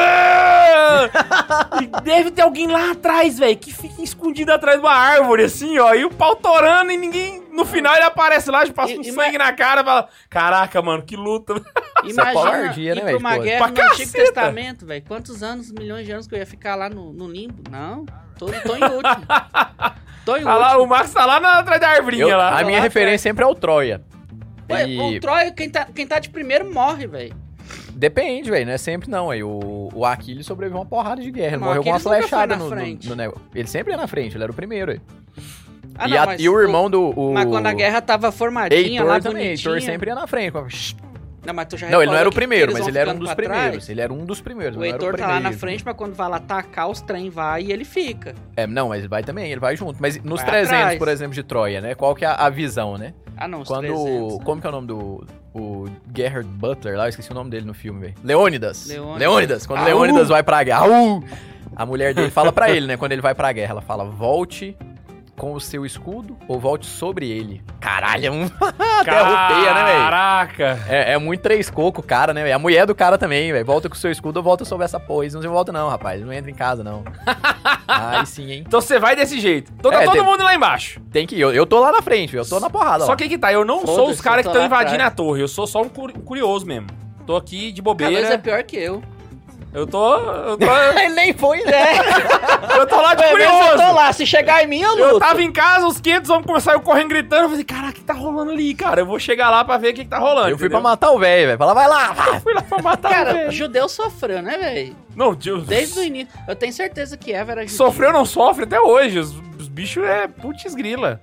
E deve ter alguém lá atrás, velho, que fica escondido atrás de uma árvore, assim, ó, e o pau torando e ninguém... No final ele aparece lá, passa um sangue na cara e fala... Caraca, mano, que luta. Imagina covardia, né, ir pra velho? uma Pô, guerra pra no Antigo caceta. Testamento, velho. Quantos anos, milhões de anos que eu ia ficar lá no limbo? Não, tô em último. Tô em Tá lá, último. o Max tá lá atrás da arvrinha lá. A minha lá referência sempre é o Troia. Ué, E o Troia, quem tá de primeiro morre, velho. depende, velho. Não é sempre não, aí. O Aquiles sobreviveu uma porrada de guerra. Ele Mas morreu com uma Aquiles nunca foi flechada na no frente. negócio. Ele sempre ia na frente, ele era o primeiro, aí. Ah, E, não, a- mas e o irmão do... Mas quando a guerra tava formadinha, Heitor lá também. bonitinha... Heitor sempre ia na frente. Não, mas tu já Não, ele não reparou era o que primeiro, eles mas vão ele era um ficando dos pra primeiros. trás? Ele era um dos primeiros, O não era Heitor o tá lá na primeiro. frente, mas quando vai lá atacar, os trem vai e ele fica. É, não, mas ele vai também, ele vai junto. Mas nos Vai 300, atrás. por exemplo, de Troia, né? Qual que é a visão, né? Ah, não, os Quando... 300. né? Como que é o nome do... O Gerhard Butler lá, eu esqueci o nome dele no filme, velho. Leônidas. Leônidas. Quando Au! Leônidas vai pra guerra. Au! A mulher dele fala pra ele, né? Quando ele vai pra guerra, ela fala, volte com o seu escudo ou volte sobre ele. Caralho, é um... Até arrupia, né, velho? Caraca. É muito três coco, cara, né, velho? A mulher do cara também, velho. Volta com o seu escudo ou volta sobre essa porra. Eles não volta não, rapaz. Não entra em casa, não. Ai, sim, hein? Então você vai desse jeito. Então tá É, todo tem- mundo lá embaixo. Tem que ir. Eu tô lá na frente, eu tô na porrada Só lá. que aí que tá, eu não sou Foda-se, os caras que eu tô estão lá invadindo atrás. a torre. Eu sou só um curioso mesmo. Tô aqui de Carlos é bobeira. pior que eu. Eu tô Ele nem foi, né? eu tô lá de Vai ver se eu curioso. tô lá, se chegar em mim eu luto. Eu tava em casa, os 500 homens começaram correndo gritando. Eu falei, caraca, o que tá rolando ali, cara? Eu vou chegar lá pra ver o que tá rolando. Eu fui pra entendeu? matar o velho, velho. Fala, vai lá, vai. Eu fui lá pra matar o Cara, velho. judeu sofreu, né, velho? Não, Deus. Desde o início. Eu tenho certeza que Eva era judeu. Sofreu ou não sofre até hoje. Os bichos é putz grila.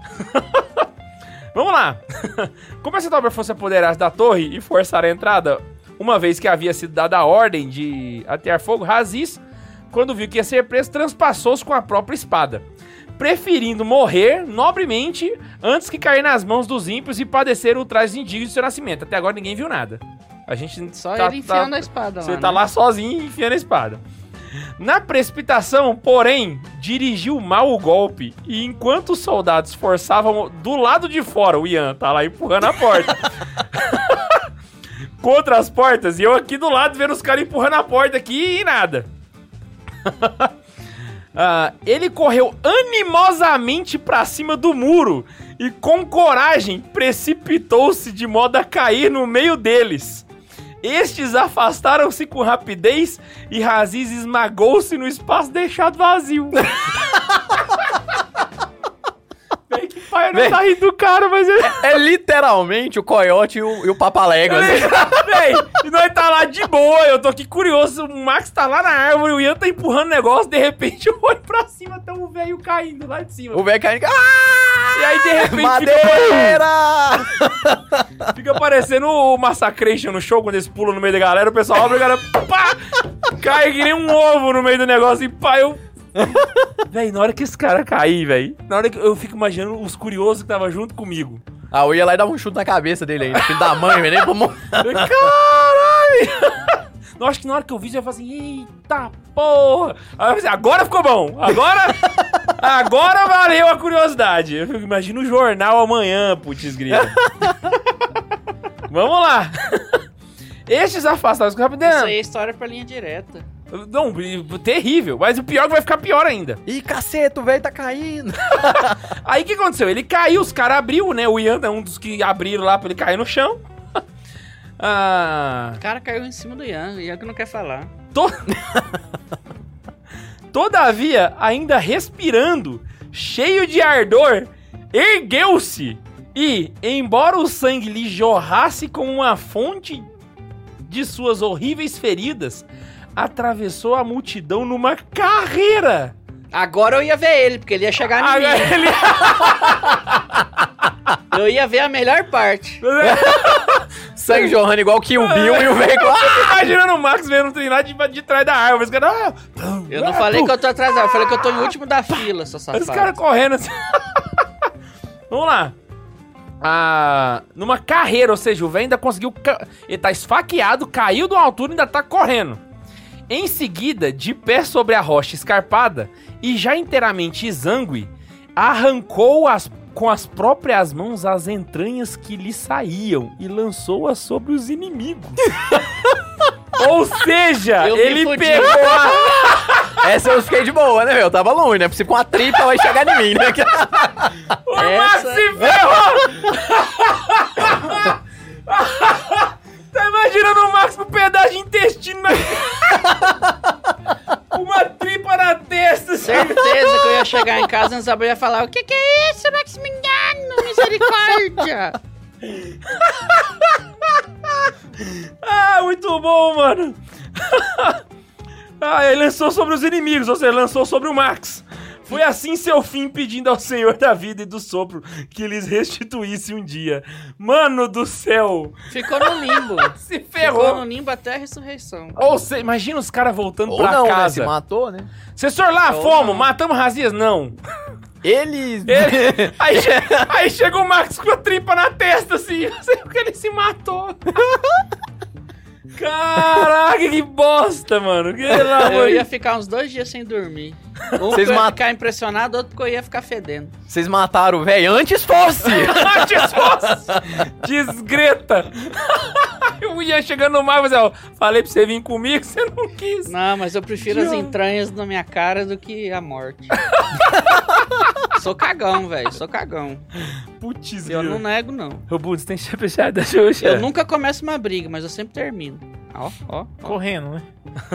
Vamos lá. Como essa dobra fosse apoderar-se da torre e forçar a entrada, uma vez que havia sido dada a ordem de atear fogo, Raziz, quando viu que ia ser preso, transpassou-se com a própria espada, preferindo morrer nobremente antes que cair nas mãos dos ímpios e padecer o traje indigno de seu nascimento. Até agora ninguém viu nada. A gente Só ele enfiando a espada lá. Você tá né? lá sozinho enfiando a espada. Na precipitação, porém, dirigiu mal o golpe e enquanto os soldados forçavam do lado de fora, o Ian tá lá empurrando a porta. Contra as portas, e eu aqui do lado vendo os caras empurrando a porta aqui e nada. Ele correu animosamente pra cima do muro e com coragem precipitou-se de modo a cair no meio deles. Estes afastaram-se com rapidez e Raziz esmagou-se no espaço deixado vazio. Bem que pai não Véi. tá rindo do cara, mas ele... É literalmente o coiote e o papaléguas. Véi, e nós tá lá de boa, eu tô aqui curioso, o Max tá lá na árvore, o Ian tá empurrando o negócio, de repente eu olho pra cima, tá o velho caindo lá de cima. O velho caindo. Ah! E aí de repente Madeira! fica parecendo o Massacration no show, quando eles pulam no meio da galera, o pessoal abre e a galera pá, cai que nem um ovo no meio do negócio e pá, eu... Véi, na hora que esse cara cair, véi, na hora que eu fico imaginando os curiosos que tava junto comigo. Ah, eu ia lá e dava um chute na cabeça dele ainda. Filho da mãe, velho. Nem pra morrer. Caralho! Eu acho que na hora que eu vi, eu ia falar assim, eita porra! Aí eu falei assim, agora ficou bom! Agora valeu a curiosidade! Eu imagino o jornal amanhã, putz grila. Vamos lá! Estes afastados com Isso rapidez. aí é história pra linha direta. Não, terrível. Mas o pior é que vai ficar pior ainda. Ih, caceta, o velho tá caindo. Aí o que aconteceu? Ele caiu, os caras abriu, né? O Ian é um dos que abriram lá pra ele cair no chão. O cara caiu em cima do Ian, o Ian que não quer falar. Todavia, ainda respirando, cheio de ardor, ergueu-se e, embora o sangue lhe jorrasse como uma fonte de suas horríveis feridas, atravessou a multidão numa carreira. Agora eu ia ver ele, porque ele ia chegar em mim. Agora ele... Eu ia ver a melhor parte. Sangue jorrando igual que o Bill e o velho. Imaginando o Max vendo um trem lá de trás da árvore. Os caras... Eu não falei que eu tô atrasado, eu falei que eu tô em último da fila, seu safado. Os caras correndo assim. Vamos lá. Numa carreira, ou seja, o velho ainda conseguiu... Ele tá esfaqueado, caiu de uma altura e ainda tá correndo. Em seguida, de pé sobre a rocha escarpada e já inteiramente exangue, arrancou com as próprias mãos as entranhas que lhe saíam e lançou-as sobre os inimigos. Ou seja, ele pegou Essa eu fiquei de boa, né, velho? Eu tava longe, né? Se com a tripa vai chegar em mim, né? O Max se ferrou! Tá imaginando o Max com um pedaço de intestino na... Uma tripa na testa. Certeza que eu ia chegar em casa e não sabia falar: o que é isso, Maximiliano? Misericórdia! Muito bom, mano. Ele lançou sobre os inimigos, ou seja, lançou sobre o Max. Foi assim seu fim, pedindo ao Senhor da vida e do sopro que lhes restituísse um dia. Mano do céu. Ficou no limbo. Se ferrou. Ficou no limbo até a ressurreição. Ou seja, imagina os caras voltando Ou pra não, casa. né? Se matou, né? Assessor lá, Ou fomos, não. matamos Razias? Não. Eles... Aí chega o Max com a tripa na testa, assim. Não sei porque ele se matou. Caraca, que bosta, mano. Pelo amor Eu de ia ficar uns 2 dias sem dormir. Um Vocês que eu ia matam. ficar impressionado, outro que eu ia ficar fedendo. Vocês mataram o velho antes fosse! Desgreta. Eu ia chegando no mar, mas ó, falei pra você vir comigo, você não quis. Não, mas eu prefiro as entranhas na minha cara do que a morte. Sou cagão, velho. Sou cagão. Putz, Eu não nego, não. Robudo, você tem chapechado da Xuxa. Eu nunca começo uma briga, mas eu sempre termino. Ó. Correndo, né?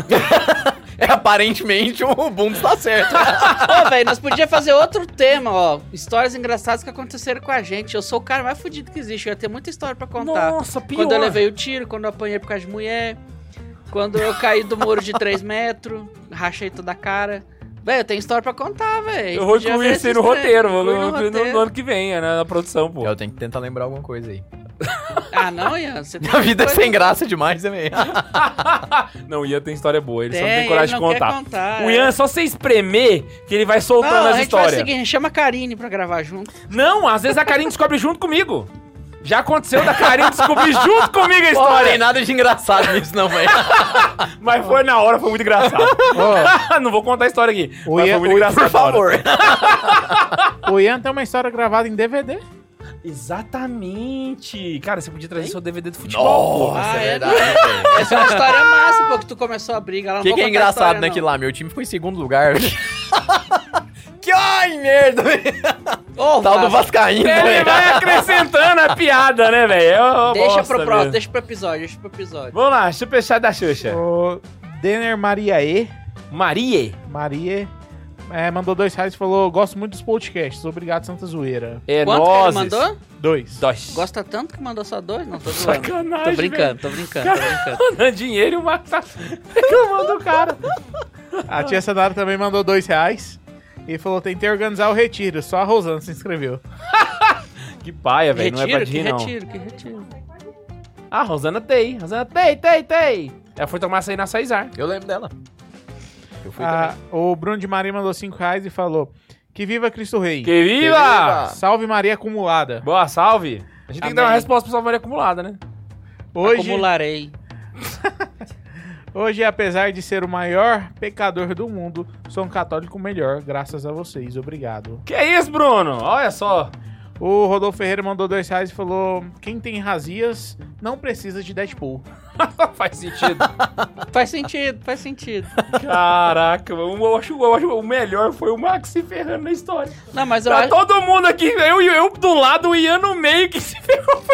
Aparentemente o Bundes tá certo. Ô, velho, nós podíamos fazer outro tema, ó. Histórias engraçadas que aconteceram com a gente. Eu sou o cara mais fudido que existe. Eu ia ter muita história pra contar. Nossa, pior. Quando eu levei o tiro, quando eu apanhei por causa de mulher. Quando eu caí do muro de 3 metros. Rachei toda a cara. Velho, eu tenho história pra contar, velho. Eu vou incluir isso aí no roteiro, no ano que vem, né, na produção, pô. Eu tenho que tentar lembrar alguma coisa aí. Ah, não, Ian? Você tem A vida é coisa- sem graça demais também. Não, o Ian tem história boa, ele só não Tem, tem coragem de ele não quer contar. contar, O é. Ian é só você espremer que ele vai soltando Não, a as gente faz o histórias. seguinte, chama a Karine pra gravar junto. Não, às vezes a Karine descobre junto comigo. Já aconteceu da Karine descobrir junto comigo a Pô, não história. tem nada de engraçado nisso não, velho. Mas foi na hora, foi muito engraçado. Não vou contar a história aqui. O Mas Ian- foi muito engraçado. Por favor. O Ian tem uma história gravada em DVD. Exatamente. Cara, você podia trazer seu DVD do futebol, pô. Nossa, Ah, é é? verdade, velho. Essa é uma história massa, pô, que tu começou a briga. Ela O não que vou é contar a engraçado história, naquilo não. lá? Meu time ficou em segundo lugar. Que ai, merda, velho. Ô, Tal do Vasco, Vascaíno, Ele velho. vai acrescentando a piada, né, velho? deixa pro próximo, deixa pro episódio. Vamos lá, superchat da Xuxa. O Denner Mariaê. Marie. Mandou R$2 e falou: gosto muito dos podcasts. Obrigado, Santa Zoeira. É Quanto que ele nozes. mandou? 2. Dois. Gosta tanto que mandou só 2? Não, tô zoando. Sacanagem, Tô brincando. Mandando dinheiro e o Max tá reclamando do cara. A tia Sanara também mandou R$2 e falou: tentei organizar o retiro. Só a Rosana se inscreveu. Que paia, velho. Não é pra Retiro, ti, que não. retiro. Ah, Rosana tem. Rosana tem. Ela foi tomar açaí na Saizar. Eu lembro dela. Eu fui também. O Bruno de Maria mandou R$5 e falou: que viva Cristo Rei. Que viva! viva! Salve Maria acumulada. Boa, salve. A gente tem que dar uma Amém. resposta pro Salve Maria acumulada, né? Hoje, apesar de ser o maior pecador do mundo, sou um católico melhor, graças a vocês. Obrigado. Que isso, Bruno? Olha só. O Rodolfo Ferreira mandou R$2 e falou: quem tem razias não precisa de Deadpool. Faz sentido. Faz sentido. Caraca, eu acho o melhor foi o Max se ferrando na história. Não, mas eu Tá acho, todo mundo aqui, eu do lado, o Ian no meio que se ferrou.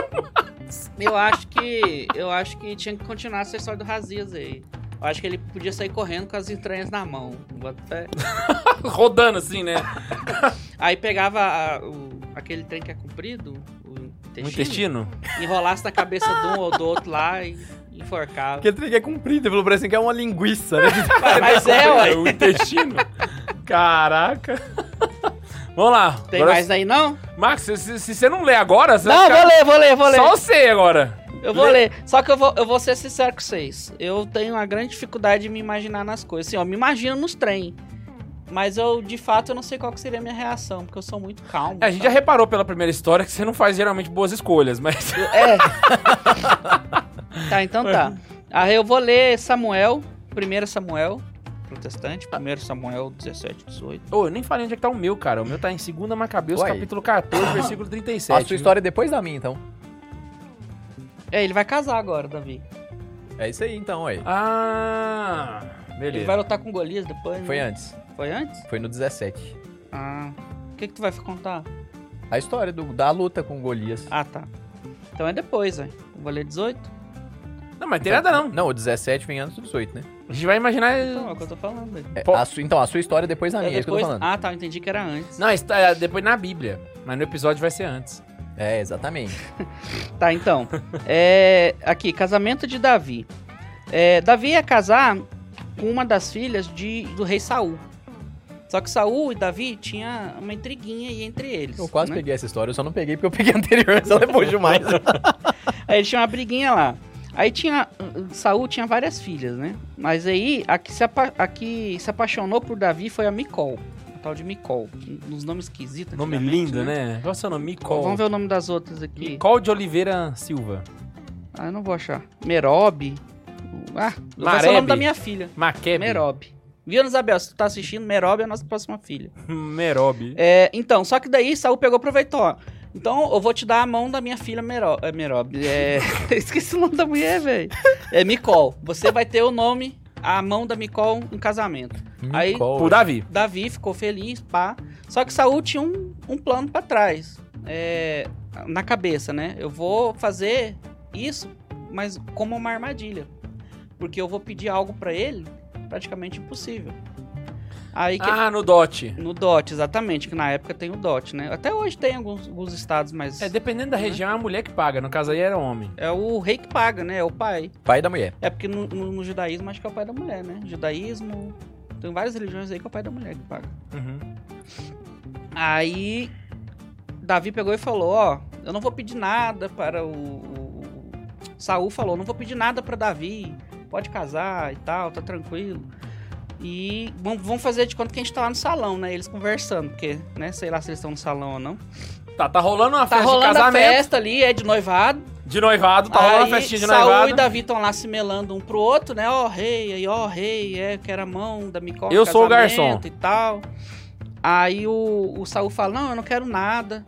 eu acho que tinha que continuar essa história do Razias aí. Eu acho que ele podia sair correndo com as entranhas na mão. Bota fé. Rodando assim, né? Aí pegava aquele trem que é comprido, o No intestino? enrolasse na cabeça de um ou do outro lá e enforcava. Aquele trem que é comprido, pelo parecendo que é uma linguiça, né? Mas é, ué. O intestino. Caraca. Vamos lá. Tem Agora, mais aí, não? Max, se você não lê agora, você Não, vai ficar... vou ler. Só você agora. Eu vou ler. Só que eu vou ser sincero com vocês. Eu tenho uma grande dificuldade de me imaginar nas coisas. Assim, ó, me imagino nos trem. Mas eu, de fato, eu não sei qual que seria a minha reação, porque eu sou muito calmo. A gente já reparou pela primeira história que você não faz geralmente boas escolhas, mas... É. Tá, então tá. Aí eu vou ler Samuel, 1 Samuel, protestante, 1 Samuel 17, 18. Ô, eu nem falei onde é que tá o meu, cara. O meu tá em 2 Macabeus, Uai. capítulo 14, versículo 37. A sua história é depois da minha, então. É, ele vai casar agora, Davi. É isso aí, então, aí. Ah, Ele beleza. vai lutar com Golias depois, Foi né? antes. Foi antes? Foi no 17. Ah. O que tu vai contar? A história da luta com Golias. Ah, tá. Então é depois, velho. Eu vou ler 18. Não, mas tem nada não. Não, o 17 vem antes do 18, né? A gente vai imaginar... Então, é o que eu tô falando, velho. É, Pô. então, a sua história é depois da minha, é isso que eu tô falando. Ah, tá. Eu entendi que era antes. Não, isso tá depois na Bíblia. Mas no episódio vai ser antes. É, exatamente. Tá, então. Aqui, casamento de Davi. Davi ia casar com uma das filhas do rei Saul. Só que Saul e Davi tinha uma intriguinha aí entre eles. Eu quase né? peguei essa história, eu só não peguei porque eu peguei a anterior, só depois demais. Aí eles tinham uma briguinha lá. Aí Saul tinha várias filhas, né? Mas aí, a que se apaixonou por Davi foi a Micol. A tal de Micol. Uns nomes esquisitos. Nome antigamente, lindo, né? Qual é o seu nome? Micol. Vamos ver o nome das outras aqui. Micol de Oliveira Silva. Ah, eu não vou achar. Merob. Vai ser o Marebe. nome da minha filha. Maquebe. Merob. Viu, Isabel? Se tu tá assistindo, Merob é a nossa próxima filha. Merob. Então, só que daí Saul pegou e aproveitou. Ó. Então, eu vou te dar a mão da minha filha Merob. Esqueci o nome da mulher, velho. É Micol. Você vai ter o nome, a mão da Micol em casamento. Aí, Por Davi. Davi ficou feliz, pá. Só que Saul tinha um plano pra trás. Na cabeça, né? Eu vou fazer isso, mas como uma armadilha. Porque eu vou pedir algo pra ele praticamente impossível. Aí que... Ah, no dote. No DOT, exatamente, que na época tem o DOT, né? Até hoje tem alguns estados, mas... Dependendo da região, é a mulher que paga. No caso aí era homem. É o rei que paga, né? É o pai. Pai da mulher. É porque no judaísmo acho que é o pai da mulher, né? Judaísmo... Tem várias religiões aí que é o pai da mulher que paga. Uhum. Aí... Davi pegou e falou, ó... Eu não vou pedir nada para Saul falou, não vou pedir nada para Davi. Pode casar e tal, tá tranquilo. E vamos fazer de conta que a gente tá lá no salão, né? Eles conversando, porque, né? Sei lá se eles estão no salão ou não. Tá rolando uma Tá festa de rolando a casamento. festa ali, de noivado. De noivado, tá rolando uma festinha de Saul noivado. e Davi estão lá se melando um pro outro, né? Ó rei, quero a mão da Micol. Eu sou o garçom. E tal. Aí o Saul fala, não, eu não quero nada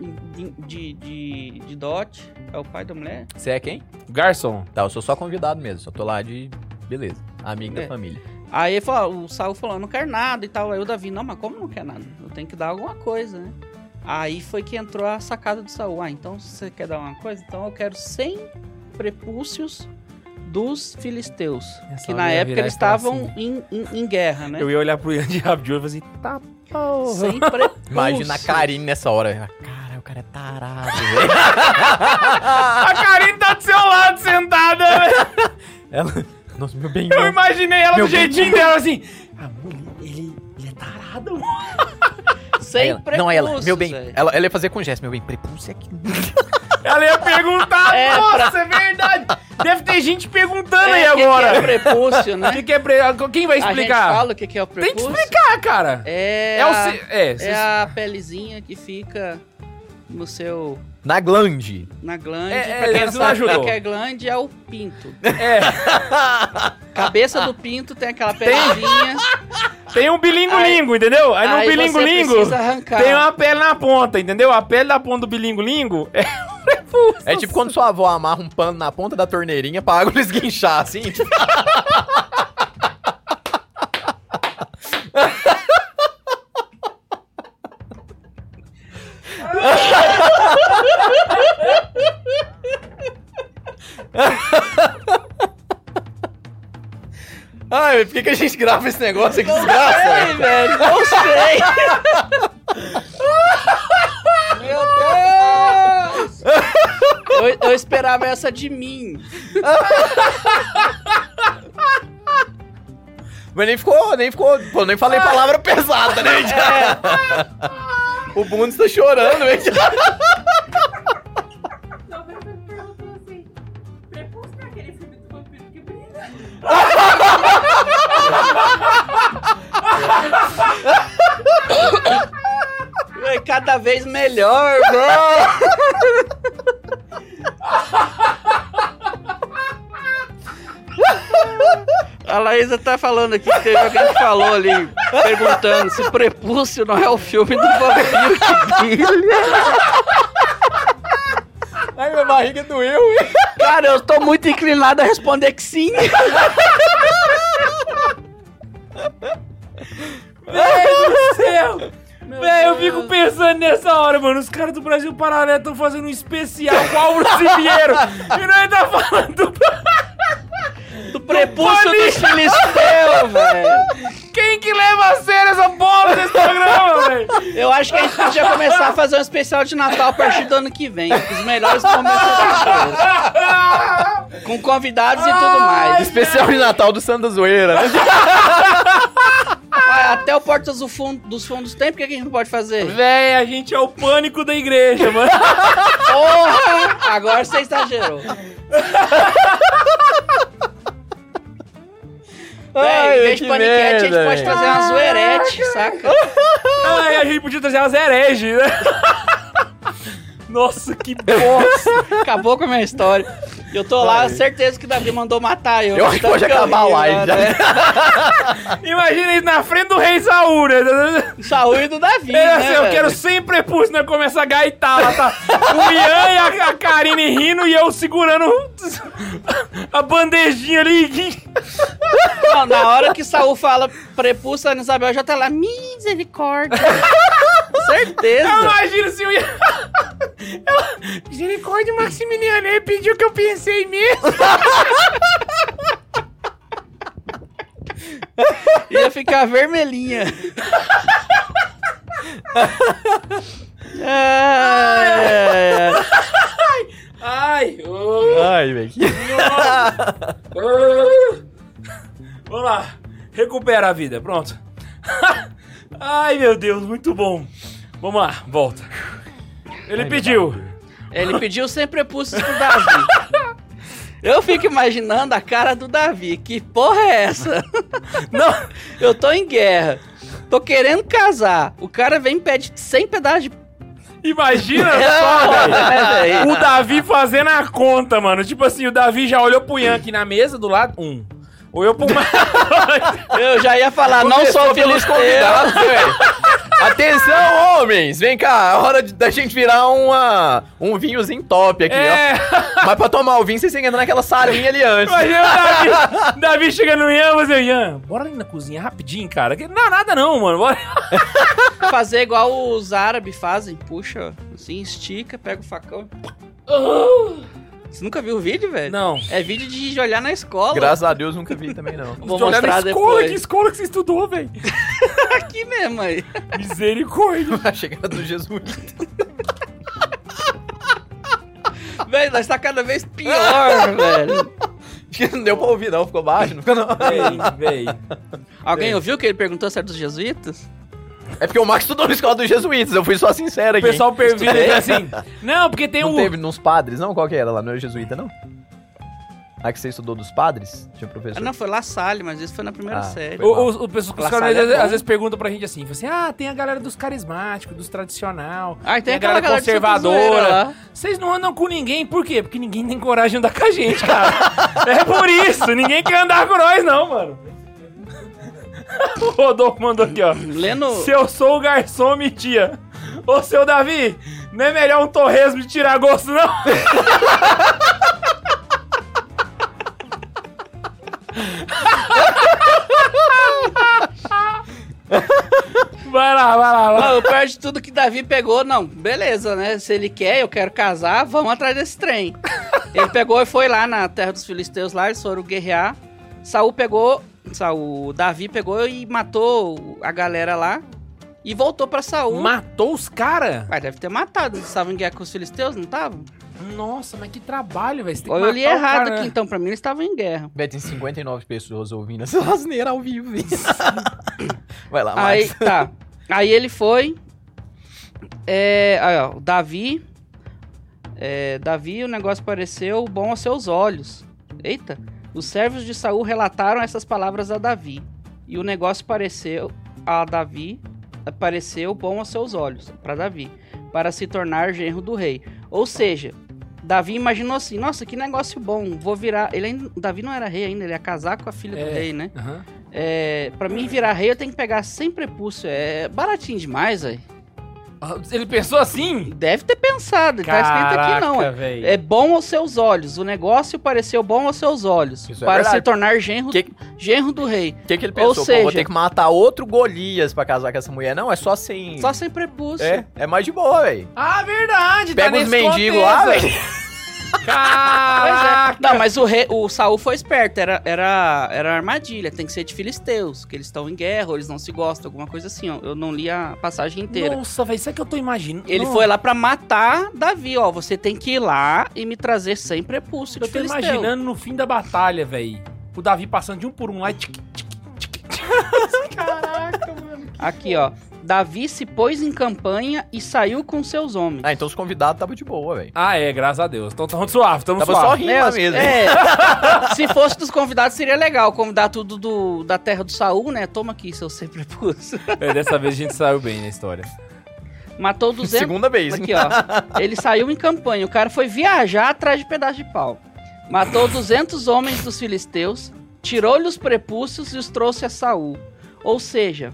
de dote. É o pai da mulher. Você é quem? Garçom. Tá, eu sou só convidado mesmo, só tô lá de... Beleza, amigo da família. Aí o Saul falou, eu não quero nada e tal. Aí o Davi, não, mas como não quer nada? Eu tenho que dar alguma coisa, né? Aí foi que entrou a sacada do Saul. Ah, então se você quer dar uma coisa, então eu quero 100 prepúcios dos filisteus. Essa Que hora na ia época virar eles e falar estavam em guerra, né? Eu ia olhar pro Ian de rabo de olho e falar assim, tá porra. 100 prepúcios. Imagina a Karine nessa hora. Cara, o cara é tarado, velho. A Karine tá do seu lado, sentada. Ela... Nossa, meu bem. Eu imaginei ela Meu do jeitinho dela assim. Amor, ele é tarado, mano. 100 prepúcios. Não, ela, meu bem. velho. Ela ia fazer com gesto, meu bem. Prepúcio aqui. Ela ia perguntar, nossa, é verdade. Deve ter gente perguntando aí agora. Que é prepúcio, né? Quem vai A gente explicar? fala o que é o Tem prepúcio. que explicar, cara. É a pelezinha que fica no seu... Na glande. Na glande. É, Pra quem isso não sabe ajudou. o que é glande, é o pinto. É, Cabeça do pinto tem aquela pelezinha. tem um bilingo-lingo, entendeu? Aí no Aí você bilingo-lingo precisa arrancar. tem uma pele na ponta, entendeu? A pele da ponta do bilingo-lingo é o prepúcio. É tipo quando sua avó amarra um pano na ponta da torneirinha pra água não esguinchar, assim. Ai, por que a gente grava esse negócio aqui, desgraça? Ei, velho, não sei. Meu Deus. Eu esperava essa de mim. Mas nem ficou, pô, nem falei palavra pesada, né? O Bundes tá chorando, velho. Então, você perguntou assim: Prepúcio é aquele filme do vampiro que brilha? É cada vez melhor, velho. A Laísa tá falando aqui que teve alguém que falou ali, perguntando se Prepúcio não é o filme do vampiro que brilha. Ai, minha barriga doeu, velho. Cara, eu tô muito inclinado a responder que sim. Meu Deus do céu! Véi, eu fico pensando nessa hora, mano. Os caras do Brasil Paralelo estão fazendo um especial com o Álvaro Siviero. E nós tá falando Do Prepúcio dos Filisteus, velho. quem que leva a sério essa porra desse programa, velho? Eu acho que a gente podia começar a fazer um especial de Natal a partir do ano que vem. Os melhores momentos do show. Com convidados e tudo mais. Especial de Natal do Santa Zoeira, né? Ah, até o Portas dos Fundos tem, por que a gente não pode fazer? Véi, a gente é o pânico da igreja, mano. Porra! Agora você exagerou. Véi, em vez de que paniquete, a gente merda, pode véi. trazer umas zoeretes, saca? Ai, a gente podia trazer umas hereges, né? Nossa, que bosta. Acabou com a minha história. Eu tô lá, certeza que o Davi mandou matar eu. Eu acho que Tanto pode eu acabar a ri, live né? né? Imagina isso na frente do rei Saúl, né? Saúl e do Davi, É, né, assim, eu velho? quero sem prepúcio, né? Começa a gaitar lá, tá? O Ian e a Karine rindo e eu segurando a bandejinha ali. Não, na hora que Saúl fala Prepúcio, a Ana Isabel já tá lá, misericórdia. Certeza. Eu imagino se o Ian... Misericórdia, Maximiliano, ele pediu que eu pensei mesmo. Ia ficar vermelhinha. Ai, Ai, velho. Vamos lá, recupera a vida, pronto. Ai, meu Deus, muito bom. Vamos lá, volta. Ele pediu. Ele pediu sem prepúcios pro Davi. Eu fico imaginando a cara do Davi. Que porra é essa? Não, Eu tô em guerra. Tô querendo casar. O cara vem e pede 100 pedaços de... imagina É só, foda, né, velho. velho? O Davi fazendo a conta, mano. Tipo assim, o Davi já olhou pro Ian aqui na mesa do lado. Olhou pro Eu já ia falar, não Começou sou pelos filisteu. convidados, velho. Atenção, homens! Vem cá, é hora da gente virar um vinhozinho top aqui, ó. Mas pra tomar o vinho, vocês têm que entrar naquela salinha ali antes. Imagina o Davi chega no Ian e você, Ian, bora ali na cozinha rapidinho, cara. Não, nada não, mano. Bora. Fazer igual os árabes fazem. Puxa, assim, estica, pega o facão. Você nunca viu o vídeo, velho? Não. É vídeo de olhar na escola. Graças a Deus, nunca vi também, não. Vou De olhar mostrar na escola, depois. que escola que você estudou, velho? Aqui mesmo aí. Misericórdia. Achei que era do jesuíta. Velho, nós tá cada vez pior, velho. Não deu pra ouvir, não. Ficou baixo, não ficou, não. Véi. Alguém ouviu que ele perguntou se era dos jesuítas? É porque o Max estudou na escola dos jesuítas, eu fui só sincero O aqui. pessoal pervira e diz assim, não, porque tem Não um... teve nos padres, não? Qual que era lá? Não era jesuíta, não? Ah, que você estudou dos padres? Tinha professor. Ah, não, foi La Salle, mas isso foi na primeira Ah, série. foi mal. O pessoal, os La caras Salle é bom. às vezes perguntam pra gente assim, tem a galera dos carismáticos, dos tradicional, Ah, e tem a aquela galera galera de Santa Zoeira conservadora. lá. Vocês não andam com ninguém, por quê? Porque ninguém tem coragem de andar com a gente, cara. É por isso, ninguém quer andar com nós não, mano. O Rodolfo mandou aqui, ó. Lendo... Se eu sou o garçom, me tia. Ô, seu Davi, não é melhor um torresmo de tirar gosto, não? Vai lá. Não, o pior de tudo que Davi pegou, não, beleza, né? Se ele quer, eu quero casar, vamos atrás desse trem. Ele pegou e foi lá na terra dos filisteus lá, eles foram guerrear. Davi pegou e matou a galera lá e voltou pra Saul. Matou os caras? Mas deve ter matado, eles estavam em guerra com os filisteus, não estavam? Nossa, mas que trabalho, velho. Você tem que Ou eu li matar o errado cara, aqui, né? então pra mim eles estavam em guerra. Véi, tem 59 pessoas ouvindo essa asneira ao vivo. Vai lá, Aí, Max. tá. Aí ele foi Aí, ó, o Davi, o negócio pareceu bom aos seus olhos. Eita. Os servos de Saul relataram essas palavras a Davi. E o negócio pareceu bom aos seus olhos, para Davi, para se tornar genro do rei. Ou seja, Davi imaginou assim, nossa, que negócio bom, vou virar... Davi não era rei ainda, ele ia casar com a filha do rei, né? Uhum. Pra mim virar rei, eu tenho que pegar sem prepúcio. É baratinho demais, velho. Ele pensou assim? Deve ter pensado, tá escrito aqui não. Véio. É bom aos seus olhos, o negócio pareceu bom aos seus olhos, Isso é para verdade. se tornar genro do rei. O que ele pensou? Ou seja, vou ter que matar outro Golias pra casar com essa mulher. Não, é só sem... Só sem prepúcio. É mais de boa, velho. Ah, verdade. Pega os mendigos lá, velho. Caraca. Não, mas o Saul foi esperto, era armadilha, tem que ser de filisteus, que eles estão em guerra, ou eles não se gostam, alguma coisa assim, ó. Eu não li a passagem inteira. Nossa, velho, isso é que eu tô imaginando. Ele foi lá pra matar Davi, ó, você tem que ir lá e me trazer sem prepúcio de Eu tô filisteu. imaginando no fim da batalha, velho. O Davi passando de um por um lá e... Caraca, mano. Aqui, ó. Davi se pôs em campanha e saiu com seus homens. Ah, então os convidados estavam de boa, velho. Ah, é, graças a Deus. Então tamo suave, tamo Tava suave. só rindo lá mesmo. Se fosse dos convidados, seria legal. Convidar tudo da terra do Saul, né? Toma aqui, seu sem prepúcio. Dessa vez a gente saiu bem na história. Matou 200... Segunda vez, hein? Aqui, ó. Ele saiu em campanha. O cara foi viajar atrás de pedaço de pau. Matou 200 homens dos filisteus, tirou-lhe os prepúcios e os trouxe a Saul. Ou seja,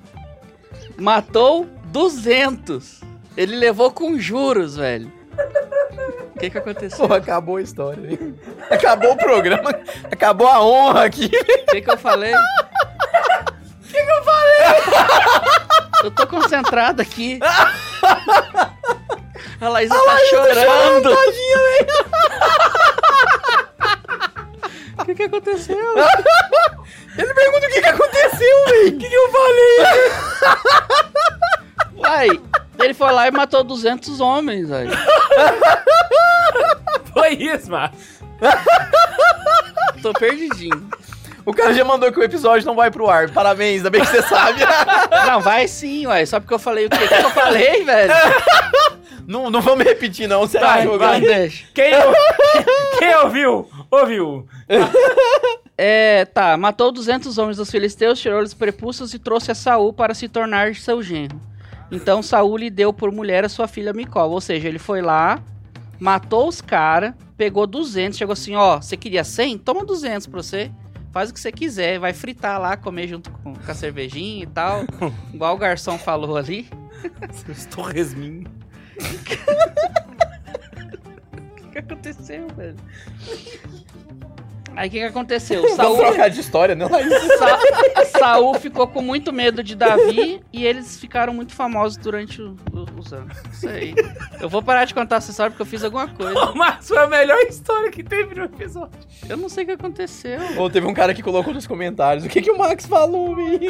matou 200. Ele levou com juros, velho. O que aconteceu? Pô, acabou a história, hein? Acabou o programa, acabou a honra aqui. O que eu falei? O que eu falei? Eu tô concentrado aqui. A Laísa tá chorando. Tadinha, velho. O que aconteceu? Ele pergunta o que aconteceu, velho. O que eu falei? Uai, ele foi lá e matou 200 homens, velho. Foi isso, mano. Tô perdidinho. O cara já mandou que o episódio não vai pro ar. Parabéns, ainda bem que você sabe. Não, vai sim, uai. Só porque eu falei o que eu falei, velho. Não vamos repetir, não. Você Vai, achou, vai, cara? deixa. Quem ouviu? Ouviu. Tá. Matou 200 homens dos filisteus, tirou-lhes prepúcios e trouxe a Saul para se tornar seu genro. Então Saul lhe deu por mulher a sua filha Micol. Ou seja, ele foi lá, matou os caras, pegou 200, chegou assim, ó, você queria 100? Toma 200 pra você. Faz o que você quiser, vai fritar lá, comer junto com a cervejinha e tal. Igual o garçom falou ali. Estou resminho. O que aconteceu, velho? Aí o que aconteceu? Vamos trocar de história, não? Saul ficou com muito medo de Davi e eles ficaram muito famosos durante os anos. Isso aí. Eu vou parar de contar essa história porque eu fiz alguma coisa. Mas foi a melhor história que teve no episódio. Eu não sei o que aconteceu. Ou teve um cara que colocou nos comentários. O que o Max falou, velho?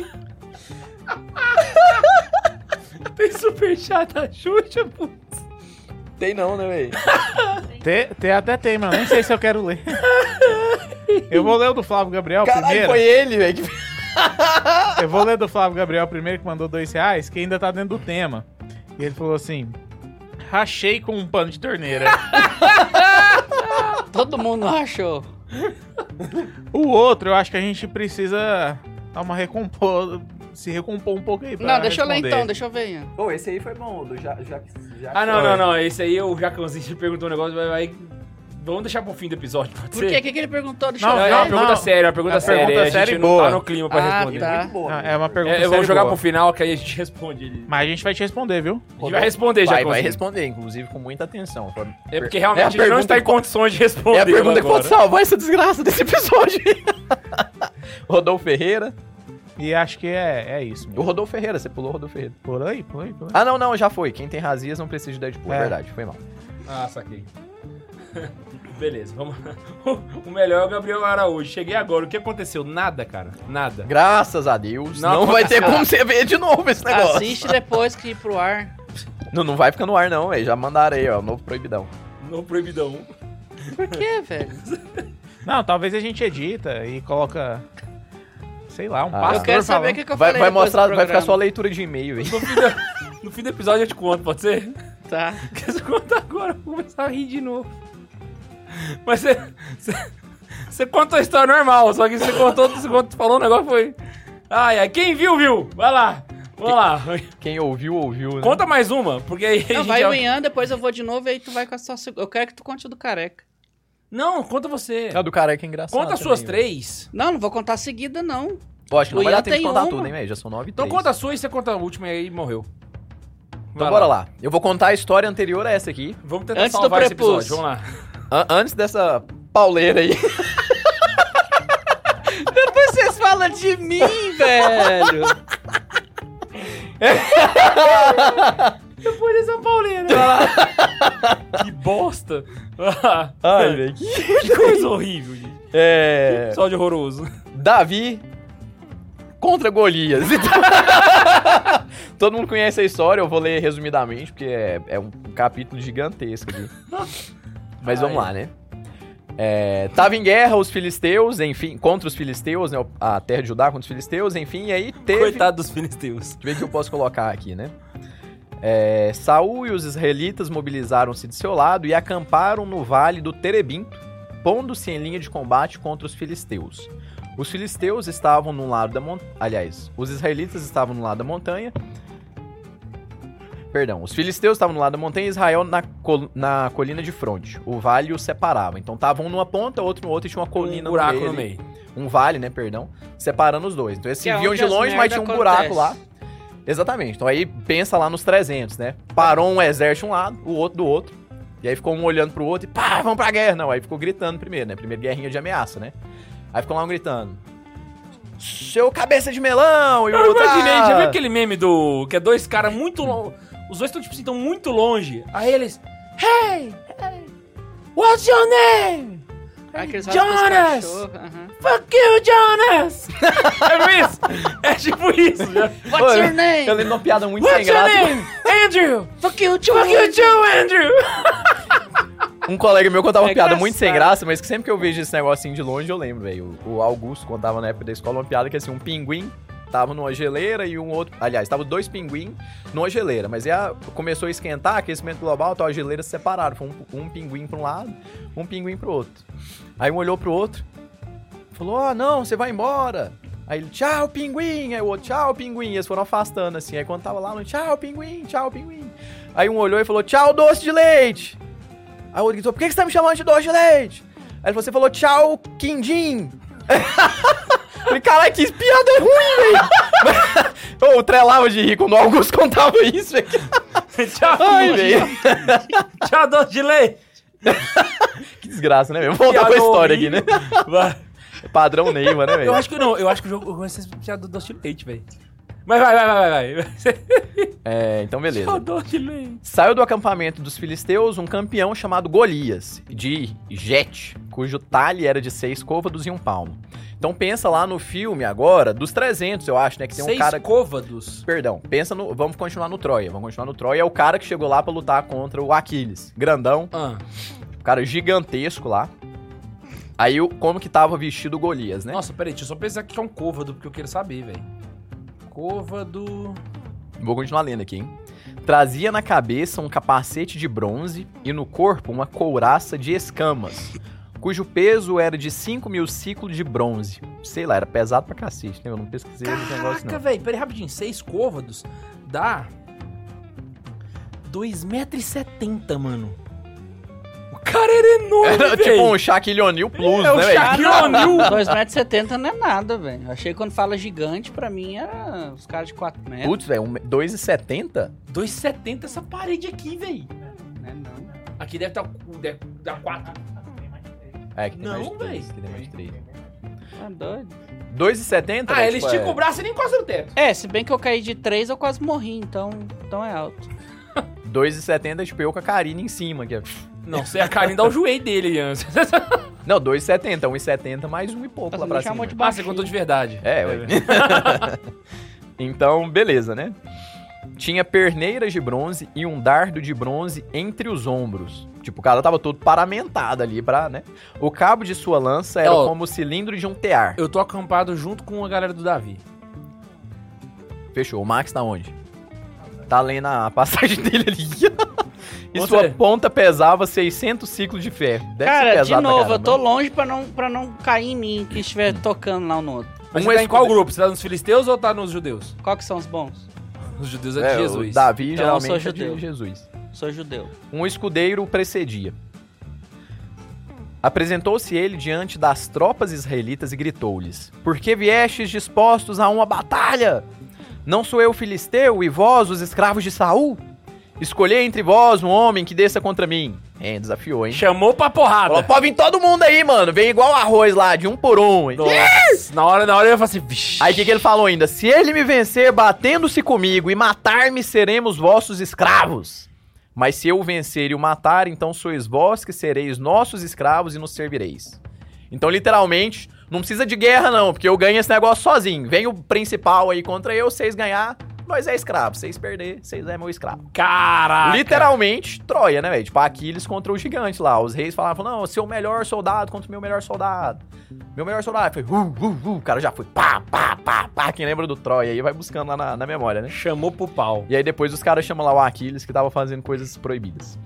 Tem superchat da Xuxa, putz. Tem não, né, velho? Até tem, mas nem sei se eu quero ler. Eu vou ler o do Flávio Gabriel Caralho, primeiro. foi ele, velho. Eu vou ler do Flávio Gabriel primeiro, que mandou R$2, que ainda tá dentro do tema. E ele falou assim: rachei com um pano de torneira. Todo mundo achou. O outro, eu acho que a gente precisa dar uma se recompor um pouco aí pra Não, deixa eu ler responder. então, deixa eu ver. Ian. Pô, esse aí foi bom, do já. Ah, não. Esse aí o Jacãozinho perguntou um negócio, vai... Vamos deixar pro fim do episódio, pode Por ser? quê? O que ele perguntou? Deixa Não, eu ver. É uma pergunta séria, uma pergunta É séria. pergunta A gente séria e não boa. tá no clima pra Ah, responder. tá. É uma pergunta Eu vou séria e jogar boa. pro final, que aí a gente responde ele. Mas a gente vai te responder, viu? A gente vai responder, Vai Jacãozinho. responder, inclusive, com muita atenção. É porque realmente É a a gente não pergunta está em que- condições de responder É a pergunta que agora. pode salvar essa desgraça desse episódio. Rodolfo Ferreira. E acho que é isso. O Mesmo. Rodolfo Ferreira, você pulou o Rodolfo Ferreira. Por aí. Ah, não, já foi. Quem tem razias não precisa de Deadpool, é É. verdade, foi mal. Ah, saquei. Beleza, vamos. O melhor é o Gabriel Araújo. Cheguei agora. O que aconteceu? Nada, cara. Nada. Graças a Deus. Não Não, vai ter aconteceu. como você ver de novo esse negócio. Assiste depois que ir pro ar. Não vai ficar no ar, não, velho. Já mandaram aí, ó. Novo proibidão. No proibidão. Por quê, velho? Não, talvez a gente edita e coloca Sei lá, um Ah, pastor Eu quero saber o falando. que eu Vai, falei vai depois mostrar, do vai ficar só a programa. leitura de e-mail aí. No fim do episódio eu te conto, pode ser? Tá. Porque se eu contar agora, eu vou começar a rir de novo. Mas você contou a história normal, só que você falou um negócio foi... Ai, quem viu, viu. Vai lá. Vamos lá. Quem ouviu, né? Conta mais uma, porque aí a Não, gente... vai o Ian, depois eu vou de novo e aí tu vai com a sua... Eu quero que tu conte o do careca. Não, conta você. A do careca é engraçado. Conta as suas também, velho. 3. Não vou contar seguida, não. Eu acho que não O vai dar Ian tempo de tem contar uma. tudo, hein, velho? Já são 9 e Então 3. conta a sua e você conta a última e aí morreu. Então Vai bora lá. Eu vou contar a história anterior a essa aqui. Vamos tentar Antes do salvar esse prepúcio. episódio, vamos lá. Antes dessa pauleira aí. Depois vocês falam de mim, velho. Depois dessa pauleira. Que bosta. Ai, velho. Que coisa horrível, gente. É. Episódio horroroso. Davi contra Golias. Todo mundo conhece a história, eu vou ler resumidamente, porque é um capítulo gigantesco ali. Mas vamos lá, né? Tava em guerra os filisteus, enfim, contra os filisteus, né? A terra de Judá contra os filisteus, enfim, e aí teve... Coitado dos filisteus. Deixa eu ver o que eu posso colocar aqui, né? Saul e os israelitas mobilizaram-se de seu lado e acamparam no vale do Terebinto, pondo-se em linha de combate contra os filisteus. Os filisteus estavam no lado da montanha... Aliás, os israelitas estavam no lado da montanha... Perdão, os filisteus estavam no lado da montanha e Israel na colina de fronte. O vale os separava. Então estavam um numa ponta, outro no outro e tinha uma colina buraco no no meio. meio. Um vale, né, perdão, separando os dois. Então eles se Que é viam onde de as longe, mas merda tinha um buraco lá. acontece. Exatamente. Então aí pensa lá nos 300, né? Parou um exército de um lado, o outro do outro. E aí ficou um olhando pro outro e pá, vamos pra guerra. Não, aí ficou gritando primeiro, né? Primeiro guerrinha de ameaça, né? Aí ficou lá um gritando. Seu cabeça de melão! E o Eu outro, imaginei, "Ah!" já viu aquele meme do... Que é dois caras muito longe. Os dois estão, tipo assim, tão muito longe. Aí eles... Hey! What's your name? Aqueles Jonas! Aham. Fuck you, Jonas! É isso? É tipo isso. Já. What's Pô, your name? Eu lembro de uma piada muito What's sem your graça. name? Andrew! Fuck you, Fuck you too, Andrew! Um colega meu contava uma É piada muito sem engraçado. graça, mas que sempre que eu vejo esse negocinho de longe eu lembro, velho. O Augusto contava na época da escola uma piada que assim, um pinguim tava numa geleira e um outro... Aliás, tava 2 pinguins numa geleira, mas aí começou a esquentar, aquecimento global, então as geleiras se separaram. Foi um pinguim pra um lado, um pinguim pro outro. Aí um olhou pro outro, falou, não, você vai embora. Aí ele, tchau, pinguim. Aí o outro, tchau, pinguim. E eles foram afastando assim. Aí quando tava lá, tchau, pinguim, tchau, pinguim. Aí um olhou e falou, tchau, doce de leite. Aí o outro gritou, por que você tá me chamando de doce de leite? Aí você falou, tchau, quindim. Falei, caralho, que piada ruim, velho. Eu trelava de rir quando o Augusto contava isso, velho. Tchau, Ai, velho. Tchau, doce de leite. Que desgraça, né, velho? Vamos voltar pra história aqui, né? Vai. Padrão Neiva, né, Eu velho? acho que não, eu acho que o jogo eu conheço essa piada do doce de leite, velho. Mas vai. Então beleza. Tchau, doce de leite. Saiu do acampamento dos filisteus um campeão chamado Golias, de Jet, cujo talhe era de 6 côvados e 1 palmo. Então pensa lá no filme agora, dos 300, eu acho, né, que tem um 6 cara... côvados. Perdão, pensa no... Vamos continuar no Troia. É o cara que chegou lá pra lutar contra o Aquiles. Grandão, um cara gigantesco lá. Aí, como que tava vestido o Golias, né? Nossa, peraí, deixa eu só pensar que é um côvado, porque eu quero saber, velho. Côvado... Vou continuar lendo aqui, hein? Trazia na cabeça um capacete de bronze e no corpo uma couraça de escamas, cujo peso era de 5.000 ciclos de bronze. Sei lá, era pesado pra cacete, né? Eu não pesquisei esse negócio, Caraca, não. velho, peraí, rapidinho. 6 côvados dá 2,70 m, mano. O cara era enorme, Era velho. tipo um Shaquille O'Neal Plus, É o né, velho? Shaquille O'Neal. 2,70 m não é nada, velho. Eu achei que quando fala gigante, pra mim era os caras de 4 metros. Putz, velho, 2,70? 2,70 essa parede aqui, velho. Né, não. Aqui deve dar 4. É, que tem Não, mais de 3. véi. Que tem mais de 3. Tá doido. 2,70? Ah, velho, ele tipo, estica o braço e nem encosta no teto. É, se bem que eu caí de 3, eu quase morri, então é alto. 2,70 tipo eu com a Karine em cima. Aqui, ó. Não, você é a Karen dá o joelho dele, Ian. Não, 2,70. 1,70 mais 1 e pouco Mas lá me pra chamou cima. de Ah, baixinho. você contou de verdade. É, ué. Então, beleza, né? Tinha perneiras de bronze e um dardo de bronze entre os ombros. Tipo, o cara tava todo paramentado ali pra, né? O cabo de sua lança era como o cilindro de um tear. Eu tô acampado junto com a galera do Davi. Fechou. O Max tá onde? Tá lendo a passagem dele ali. E Você? sua ponta pesava 600 ciclos de ferro. Deve ser Cara, de pesado pra novo, eu caramba. tô longe pra não cair em mim, que estiver tocando lá no outro. Mas Um você tá em qual escudo- grupo? Você tá nos filisteus ou tá nos judeus? Qual que são os bons? Os judeus é de Jesus. O Davi Então, eu sou geralmente é judeu. de Jesus. Sou judeu. Um escudeiro o precedia. Apresentou-se ele diante das tropas israelitas e gritou-lhes: Por que viestes dispostos a uma batalha? Não sou eu filisteu e vós, os escravos de Saul? Escolhei entre vós um homem que desça contra mim. Desafiou, hein? Chamou pra porrada. Falou, pode vir todo mundo aí, mano. Vem igual arroz lá, de um por um. Nossa, na hora eu falei assim, vixi. Aí o que ele falou ainda? Se ele me vencer batendo-se comigo e matar-me, seremos vossos escravos. Mas se eu o vencer e o matar, então sois vós que sereis nossos escravos e nos servireis. Então, literalmente, não precisa de guerra não, porque eu ganho esse negócio sozinho. Vem o principal aí contra eu, vocês ganhar, nós é escravo. Vocês perder, vocês é meu escravo. Caraca. Literalmente, Troia, né, velho? Tipo, Aquiles contra o gigante lá. Os reis falavam, não, seu melhor soldado contra o meu melhor soldado. Meu melhor soldado foi, o cara já foi, pá, pá, pá, pá. Quem lembra do Troia aí vai buscando lá na memória, né? Chamou pro pau. E aí depois os caras chamam lá o Aquiles, que tava fazendo coisas proibidas.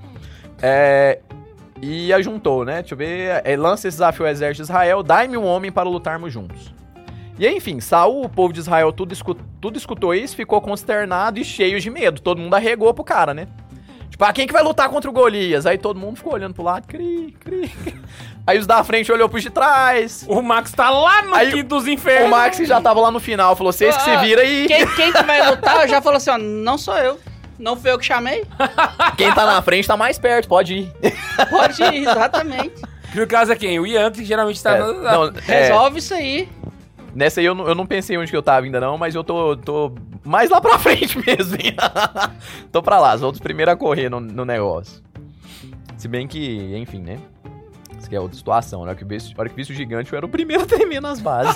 E ajuntou, né? Deixa eu ver. Lança esse desafio ao exército de Israel, dai-me um homem para lutarmos juntos. E aí, enfim, Saul, o povo de Israel, tudo escutou isso, ficou consternado e cheio de medo. Todo mundo arregou pro cara, né? Tipo, quem que vai lutar contra o Golias? Aí todo mundo ficou olhando pro lado, cri. Aí os da frente olhou pros de trás. O Max tá lá no Aí, quinto dos infernos. O Max já tava lá no final, falou, vocês que se viram aí. Quem que vai lutar, já falou assim, ó, não sou eu. Não fui eu que chamei. Quem tá na frente tá mais perto, pode ir. Pode ir, exatamente. Que no caso é quem? O Ian, que geralmente tá... Resolve isso aí. Nessa aí eu não pensei onde que eu tava ainda não, mas eu tô mais lá pra frente mesmo, hein? Tô pra lá, os outros primeiro a correr no negócio. Se bem que, enfim, né? Isso aqui é outra situação, né? A hora que vi o gigante, eu era o primeiro a tremer nas bases.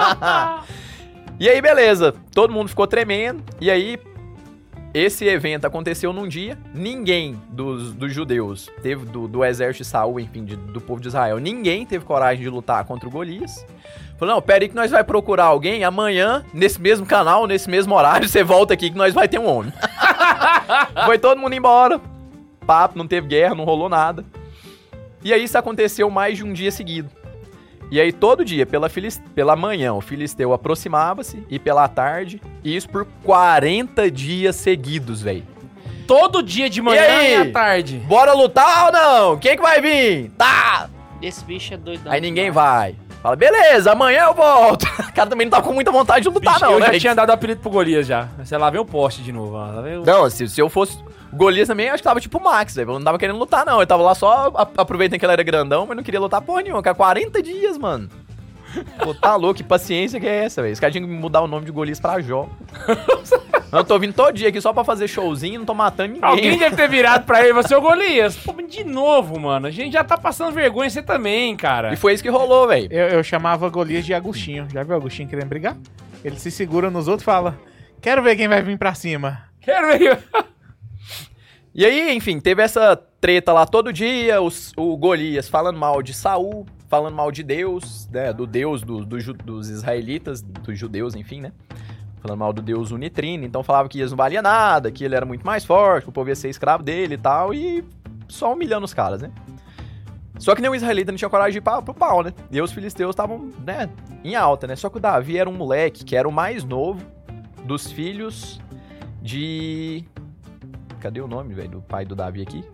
E aí, beleza. Todo mundo ficou tremendo. E aí, esse evento aconteceu num dia. Ninguém dos judeus, teve do exército de Saul, enfim, do povo de Israel, ninguém teve coragem de lutar contra o Golias. Falou, não, pera aí que nós vai procurar alguém amanhã, nesse mesmo canal, nesse mesmo horário, você volta aqui que nós vai ter um homem. Foi todo mundo embora. Papo, não teve guerra, não rolou nada. E aí isso aconteceu mais de um dia seguido. E aí todo dia, pela manhã, o filisteu aproximava-se e pela tarde, e isso por 40 dias seguidos, velho. Todo dia de manhã e à tarde. Bora lutar ou não? Quem que vai vir? Tá! Esse bicho é doidão. Aí ninguém vai. Fala, beleza, amanhã eu volto. O cara também não tava com muita vontade de lutar, Bicho, não, eu né? já tinha dado apelido pro Golias já. Sei lá, vem o poste de novo. Lá vem o... Não, se eu fosse... O Golias também, acho que tava tipo o Max, velho. Eu não tava querendo lutar, não. Ele tava lá só aproveitando que ele era grandão, mas não queria lutar porra nenhuma. Cara, 40 dias, mano. Pô, tá louco, que paciência que é essa, velho? Esse cara tinha que mudar o nome de Golias pra Jó. Eu tô vindo todo dia aqui só pra fazer showzinho, não tô matando ninguém. Alguém deve ter virado pra ele, você, ô Golias. Pô, de novo, mano. A gente já tá passando vergonha, você também, cara. E foi isso que rolou, velho. Eu chamava Golias de Agostinho. Já viu o Agostinho querendo brigar? Ele se segura nos outros e fala, quero ver quem vai vir pra cima. Quero ver. E aí, enfim, teve essa treta lá todo dia, o Golias falando mal de Saul, falando mal de Deus, né, do Deus dos israelitas, dos judeus, enfim, né, falando mal do Deus Unitrino, então falava que não valia nada, que ele era muito mais forte, que o povo ia ser escravo dele e tal, e só humilhando os caras, né. Só que nem o israelita não tinha coragem de ir pro pau, né, e os filisteus estavam, né, em alta, né, só que o Davi era um moleque que era o mais novo dos filhos de... Cadê o nome, velho, do pai do Davi aqui?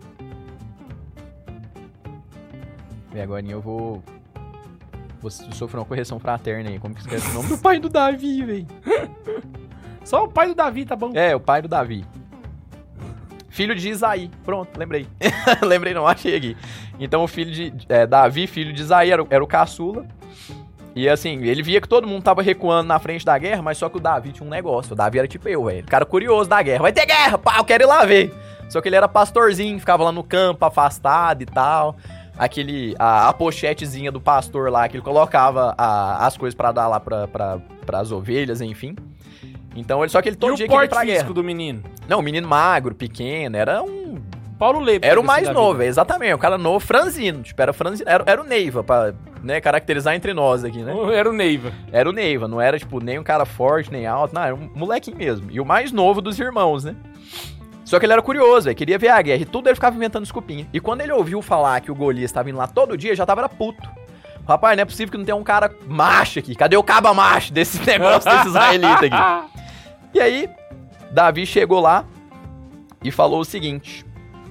E agora eu vou sofrer uma correção fraterna aí. Como que esquece o nome do pai do Davi, velho? Só o pai do Davi, tá bom? É, o pai do Davi. Filho de Isaí. Pronto, lembrei. Lembrei não, achei aqui. Então o filho de... Davi, filho de Isaí, era o caçula. E assim, ele via que todo mundo tava recuando na frente da guerra, mas só que o Davi tinha um negócio. O Davi era tipo eu, velho. Cara curioso da guerra. Vai ter guerra, pá, eu quero ir lá ver. Só que ele era pastorzinho, ficava lá no campo, afastado e tal. A pochetezinha do pastor lá, que ele colocava as coisas pra dar lá pras ovelhas, enfim. Então, só que ele todo dia queria ir pra guerra. Do menino? Não, um menino magro, pequeno, era um Paulo Leite. Era o mais novo, exatamente. O cara novo, franzino. Tipo, era franzino. Era o Neiva, pra, né, caracterizar entre nós aqui, né? Era o Neiva. Era o Neiva, não era, tipo, nem um cara forte, nem alto. Não, era um molequinho mesmo. E o mais novo dos irmãos, né? Só que ele era curioso, velho. Queria ver a guerra. E tudo ele ficava inventando desculpinha. E quando ele ouviu falar que o Golias estava indo lá todo dia, já tava puto. Rapaz, não é possível que não tenha um cara macho aqui. Cadê o caba macho desse negócio desse israelita aqui? E aí, Davi chegou lá e falou o seguinte.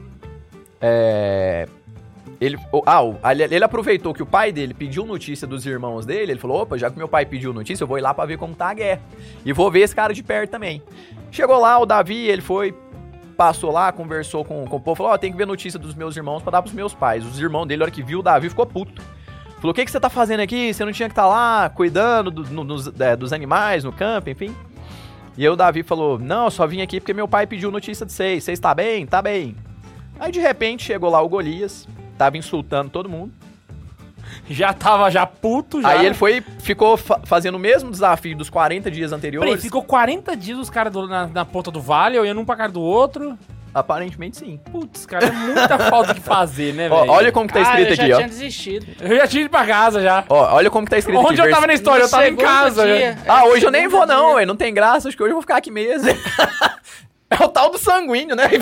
Ele aproveitou que o pai dele pediu notícia dos irmãos dele. Ele falou, opa, já que meu pai pediu notícia, eu vou ir lá pra ver como tá a guerra. E vou ver esse cara de perto também. Chegou lá, o Davi, ele foi, passou lá, conversou com o povo. Falou, tem que ver notícia dos meus irmãos pra dar pros meus pais. Os irmãos dele, na hora que viu o Davi, ficou puto. Falou, o que você tá fazendo aqui? Você não tinha que estar lá cuidando dos animais no campo, enfim. E aí o Davi falou, não, eu só vim aqui porque meu pai pediu notícia de vocês. Vocês tá bem? Tá bem. Aí de repente chegou lá o Golias, tava insultando todo mundo. Já tava puto, já. Aí ele ficou fazendo o mesmo desafio dos 40 dias anteriores. Peraí, ficou 40 dias os caras na ponta do vale, olhando um pra cara do outro. Aparentemente sim. Putz, cara, é muita falta de fazer, né, velho? Olha como que tá escrito aqui, ó. Eu já tinha desistido. Eu já tinha ido pra casa, já. Ó, olha como que tá escrito aqui. Onde eu tava na história? Eu tava em casa. Hoje eu nem vou não, ué. Não tem graça, acho que hoje eu vou ficar aqui mesmo. É o tal do sanguíneo, né?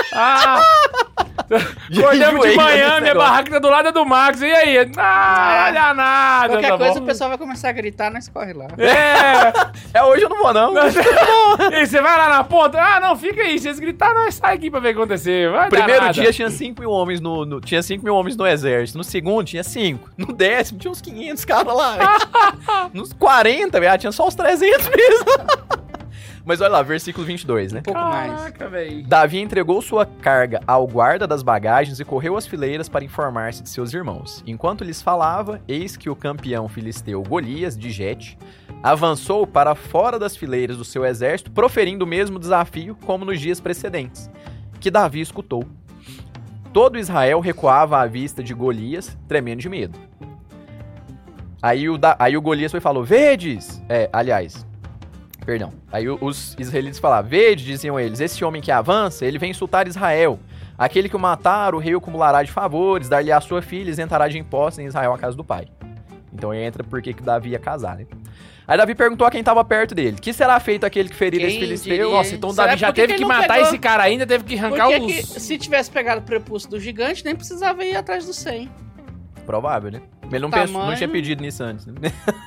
Acordamos de manhã, minha barraca tá do lado do Max, e aí? Olha nada. Qualquer tá coisa bom? O pessoal vai começar a gritar, nós corre lá. Hoje eu não vou não. E você vai lá na ponta? Ah, não, fica aí. Se eles gritarem, nós sai aqui pra ver o que acontecer. Vai Primeiro dia tinha 5 mil homens tinha 5 mil homens no exército. No segundo tinha 5. No 10º tinha uns 500 caras lá. Nos 40, velho, tinha só uns 300 mesmo. Mas olha lá, versículo 22, né? Um pouco mais. Caraca, velho. Davi entregou sua carga ao guarda das bagagens e correu às fileiras para informar-se de seus irmãos. Enquanto lhes falava, eis que o campeão filisteu Golias, de Gete, avançou para fora das fileiras do seu exército, proferindo o mesmo desafio como nos dias precedentes, que Davi escutou. Todo Israel recuava à vista de Golias, tremendo de medo. Aí o Golias foi e falou, vedes... Aí os israelitas falavam, vede, diziam eles, esse homem que avança, ele vem insultar Israel. Aquele que o matar, o rei o acumulará de favores, dar-lhe a sua filha, isentará de impostos em Israel a casa do pai. Então entra porque que Davi ia casar, né? Aí Davi perguntou a quem estava perto dele, que será feito aquele que ferir esse filisteu? Nossa, então Davi já teve que matar esse cara ainda, teve que arrancar Porque os... que, se tivesse pegado o prepúcio do gigante, nem precisava ir atrás do 100. Provável, né? Ele não tinha pedido nisso antes, né?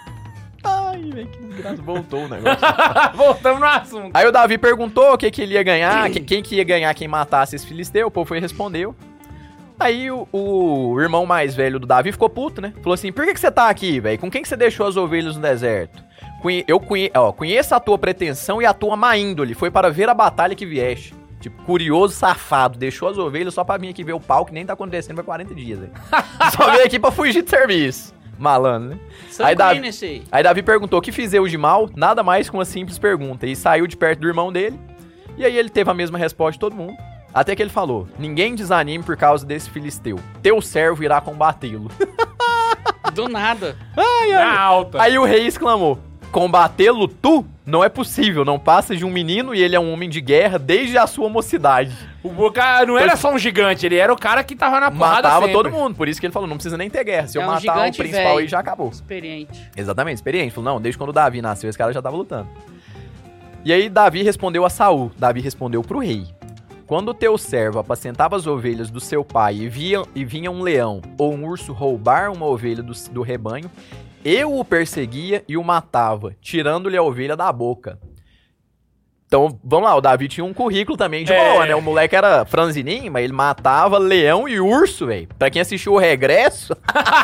Ai, velho, que desgraça. Voltou o negócio. Voltamos no assunto. Aí o Davi perguntou o que ele ia ganhar, quem que ia ganhar quem matasse esse filisteu. O povo foi e respondeu. Aí o irmão mais velho do Davi ficou puto, né? Falou assim, por que você tá aqui, velho? Com quem que você deixou as ovelhas no deserto? Conheço a tua pretensão e a tua má índole. Foi para ver a batalha que vieste. Tipo, curioso, safado. Deixou as ovelhas só pra vir aqui ver o pau que nem tá acontecendo há 40 dias, velho. Só veio aqui pra fugir de serviço. Malandro, né? Aí Davi perguntou, o que fiz eu de mal? Nada mais que uma simples pergunta. E saiu de perto do irmão dele. E aí ele teve a mesma resposta de todo mundo. Até que ele falou, ninguém desanime por causa desse filisteu. Teu servo irá combatê-lo. Do nada. Aí o rei exclamou, combatê-lo tu? Não é possível, não passa de um menino e ele é um homem de guerra desde a sua mocidade. O cara não era só um gigante, ele era o cara que tava na porrada matava sempre. todo mundo, por isso que ele falou, não precisa nem ter guerra. Se eu um matar o principal aí, já acabou. Experiente. Exatamente, experiente. Falou, não, desde quando o Davi nasceu, esse cara já tava lutando. E aí Davi respondeu a Saul, Davi respondeu pro rei. Quando o teu servo apacentava as ovelhas do seu pai e vinha um leão ou um urso roubar uma ovelha do rebanho, eu o perseguia e o matava, tirando-lhe a ovelha da boca. Então, vamos lá, o Davi tinha um currículo também de boa, né? O moleque era franzininho, mas ele matava leão e urso, velho. Pra quem assistiu o Regresso,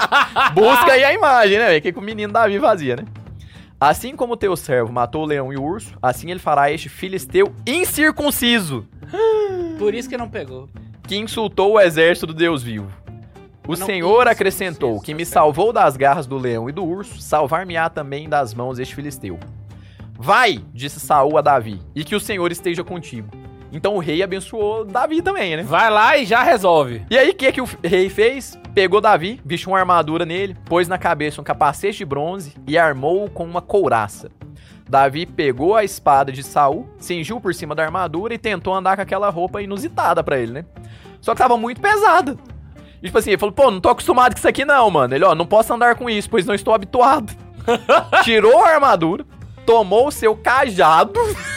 busca aí a imagem, né, velho? O que o menino Davi fazia, né? Assim como o teu servo matou o leão e o urso, assim ele fará este filisteu incircunciso. Por isso que não pegou. Que insultou o exército do Deus vivo. O Senhor acrescentou que me salvou das garras do leão e do urso, salvar-me-á também das mãos deste filisteu. Vai, disse Saul a Davi, e que o Senhor esteja contigo. Então o rei abençoou Davi também, né? Vai lá e já resolve. E aí o que o rei fez? Pegou Davi, vestiu uma armadura nele, pôs na cabeça um capacete de bronze e armou-o com uma couraça. Davi pegou a espada de Saul, cingiu por cima da armadura e tentou andar com aquela roupa inusitada pra ele, né? Só que tava muito pesada. E tipo assim, ele falou, pô, não tô acostumado com isso aqui não, mano. Ele, ó, não posso andar com isso, pois não estou habituado. Tirou a armadura, tomou o seu cajado.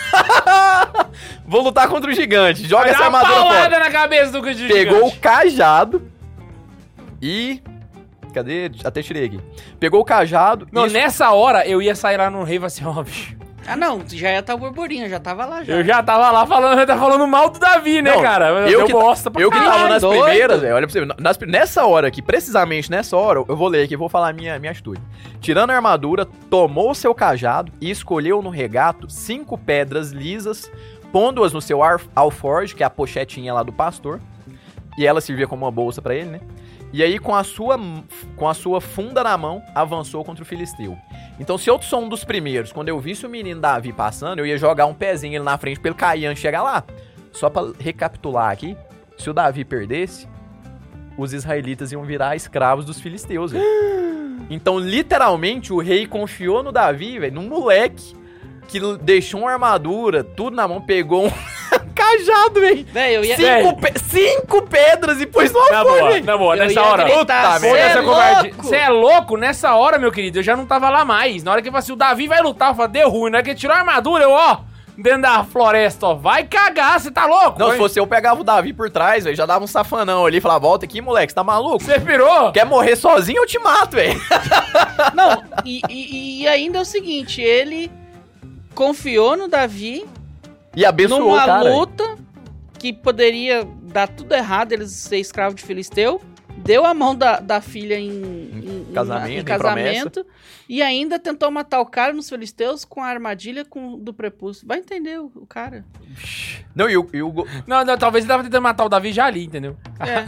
Vou lutar contra o gigante. Joga essa armadura fora. Na cabeça do gigante. Pegou o cajado e... Cadê? Até tirei aqui. Pegou o cajado Não, e... nessa hora eu ia sair lá no rei e falar assim, ó, bicho. Ah, não, já ia estar o burburinho, já tava lá já. Eu já tava lá falando mal do Davi, né, Não, cara? eu que bosta pra Eu que tava caralho. nas doido. primeiras, velho, olha pra você ver, nessa hora aqui, precisamente nessa hora, eu vou ler aqui, vou falar minha atitude. Tirando a armadura, tomou o seu cajado e escolheu no regato 5 pedras lisas, pondo-as no seu alforje, que é a pochetinha lá do pastor, e ela servia como uma bolsa pra ele, né? E aí, com a sua funda na mão, avançou contra o filisteu. Então, se eu sou um dos primeiros, quando eu visse o menino Davi passando, eu ia jogar um pezinho ele na frente pra ele cair antes de chegar lá. Só pra recapitular aqui, se o Davi perdesse, os israelitas iam virar escravos dos filisteus, velho. Então, literalmente, o rei confiou no Davi, velho, num moleque que deixou uma armadura, tudo na mão, pegou um cajado, velho. Velho, eu ia... 5 pedras e pôs no alforje. Na boa, Eu nessa ia hora. gritar, Puta "Cê merda, é Essa covardia. louco!" Você é louco? Nessa hora, meu querido, eu já não tava lá mais. Na hora que ele falou assim, o Davi vai lutar, eu falei, deu ruim, né? Que ele tirou a armadura, eu, ó, dentro da floresta, ó, vai cagar, você tá louco? Não, Foi? se fosse eu, pegava o Davi por trás, velho, já dava um safanão ali, falava, volta aqui, moleque, você tá maluco? Você pirou? Quer morrer sozinho, eu te mato, velho. Não, e ainda é o seguinte, ele confiou no Davi E abençoou o numa cara. luta que poderia dar tudo errado, eles ser escravos de filisteu, deu a mão da filha em Casamento, em casamento e ainda tentou matar o cara nos filisteus com a armadilha do prepúcio. Vai entender o cara. Não, e o Não, talvez ele tava tentando matar o Davi já ali, entendeu?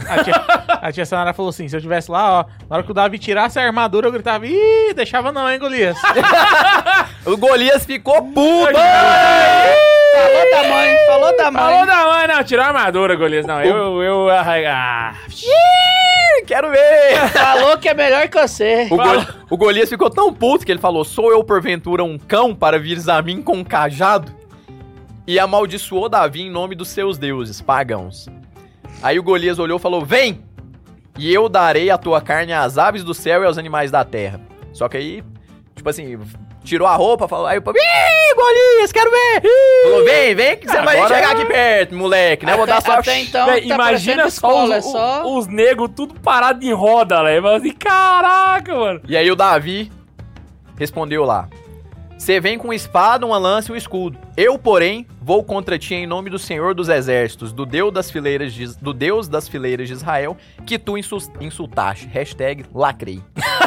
A tia Sanara falou assim, se eu tivesse lá, ó, na hora que o Davi tirasse a armadura, eu gritava, ih, deixava não, hein, Golias? o Golias ficou puto. Falou da mãe. Falou da mãe, não, tirou a armadura, Golias. Não, Quero ver. Falou que é melhor que você. O Golias ficou tão puto que ele falou, sou eu porventura um cão para vires a mim com um cajado? E amaldiçoou Davi em nome dos seus deuses, pagãos. Aí o Golias olhou e falou, vem, e eu darei a tua carne às aves do céu e aos animais da terra. Só que aí, tipo assim, tirou a roupa, falou, aí o povo, ih, Golias, quero ver. Falou, vem, que você vai chegar aqui perto, moleque, né? Vou dar só... Até então, Véi, tá imagina parecendo só escola, os, é só... os negros tudo parado em roda, né? Mas assim, caraca, mano. E aí o Davi respondeu lá, você vem com espada, uma lança e um escudo. Eu, porém, vou contra ti em nome do Senhor dos Exércitos, do Deus das fileiras de Israel, que tu insultaste. #lacrei.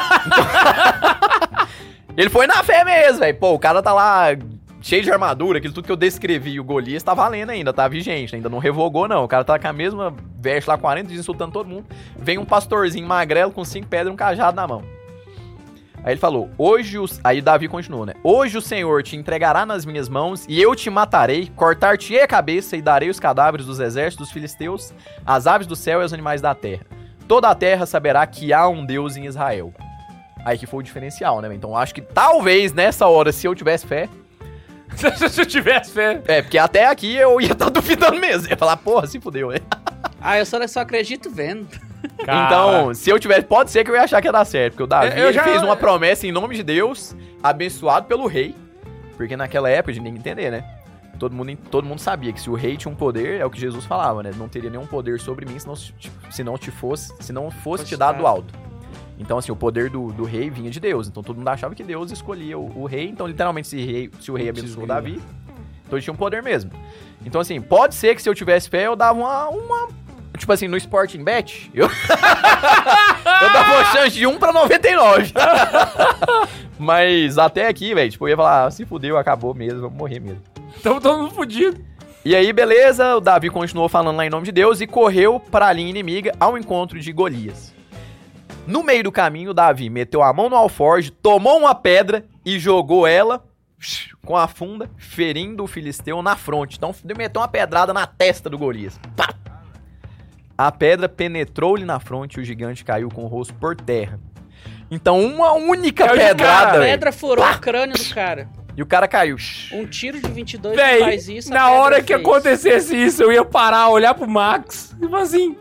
Ele foi na fé mesmo, velho. Pô, o cara tá lá cheio de armadura, aquilo tudo que eu descrevi. O Golias tá valendo ainda, tá vigente, ainda não revogou, não. O cara tá com a mesma veste lá, 40 dias insultando todo mundo. Vem um pastorzinho magrelo com 5 pedras e um cajado na mão. Aí ele falou, aí Davi continuou, né? Hoje o Senhor te entregará nas minhas mãos e eu te matarei, cortar-te-ei a cabeça e darei os cadáveres dos exércitos dos filisteus, as aves do céu e os animais da terra. Toda a terra saberá que há um Deus em Israel. Aí que foi o diferencial, né? Então acho que talvez nessa hora, se eu tivesse fé... Se eu tivesse fé. É, porque até aqui eu ia estar duvidando mesmo. Ia falar, porra, se fudeu, né? Ah, eu só acredito vendo. Então, se eu tivesse, pode ser que eu ia achar que ia dar certo. Porque o Davi Eu ele já- fez uma promessa em nome de Deus, abençoado pelo rei. Porque naquela época, de ninguém entender, né? Todo mundo sabia que se o rei tinha um poder, é o que Jesus falava, né? Não teria nenhum poder sobre mim se não fosse te dado do alto. Então, assim, o poder do rei vinha de Deus. Então, todo mundo achava que Deus escolhia o rei. Então, literalmente, se o rei abençoou Davi, então ele tinha um poder mesmo. Então, assim, pode ser que se eu tivesse fé, eu dava uma tipo assim, no Sporting Bet, eu dava uma chance de 1 pra 99. Mas até aqui, velho, tipo, eu ia falar, se fudeu, acabou mesmo, vamos morrer mesmo. Tamo todo mundo fudido. E aí, beleza, o Davi continuou falando lá em nome de Deus e correu pra linha inimiga ao encontro de Golias. No meio do caminho, Davi meteu a mão no alforje, tomou uma pedra e jogou ela com a funda, ferindo o filisteu na fronte. Então, meteu uma pedrada na testa do Golias. Pá! A pedra penetrou-lhe na fronte e o gigante caiu com o rosto por terra. Então, uma única É o de pedrada, cara, A velho. pedra furou o crânio do cara. E o cara caiu. Um tiro de 22 Véi, faz isso. a na pedra hora que fez. acontecesse isso, eu ia parar, olhar pro Max e falar assim...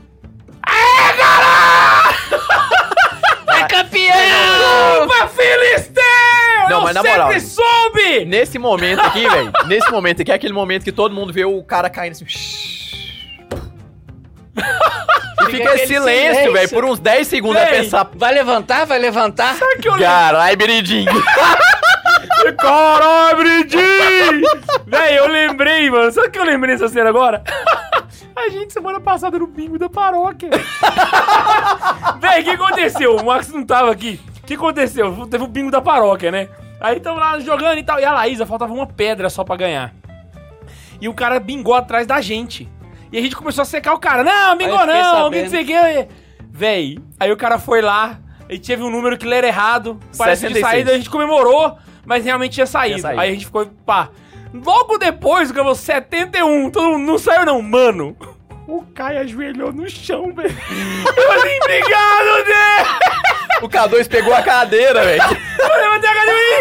É campeão! Opa, Filisteu! Não, eu mas na sempre moral, soube! Nesse momento aqui, velho, nesse momento aqui é aquele momento que todo mundo vê o cara caindo assim. E fica aquele esse silêncio, velho, por uns 10 segundos a Véi. pensar. Vai levantar? Vai levantar? Sabe que eu lembro? Caralho, Beridinho. Caralho, Bridinho! Véi, eu lembrei, mano. Sabe o que eu lembrei dessa cena agora? A gente, semana passada, no bingo da paróquia. Véi, o que aconteceu? O Max não tava aqui. O que aconteceu? Teve o bingo da paróquia, né? Aí tamo lá jogando e tal. E a Laísa, faltava uma pedra só pra ganhar. E o cara bingou atrás da gente. E a gente começou a secar o cara. Não, bingou Aí eu fiquei não, que sabendo. não sei o que. Véi, aí o cara foi lá e teve um número que ele era errado. Parece que 66. saída, a gente comemorou, mas realmente tinha saído. Tinha saído. Aí a gente ficou, pá. Logo depois, gravou 71. Todo mundo, não saiu não, mano. O Caio ajoelhou no chão, velho. Eu falei, obrigado, Deus! O K2 pegou a cadeira, velho. Eu levantei a cadeira e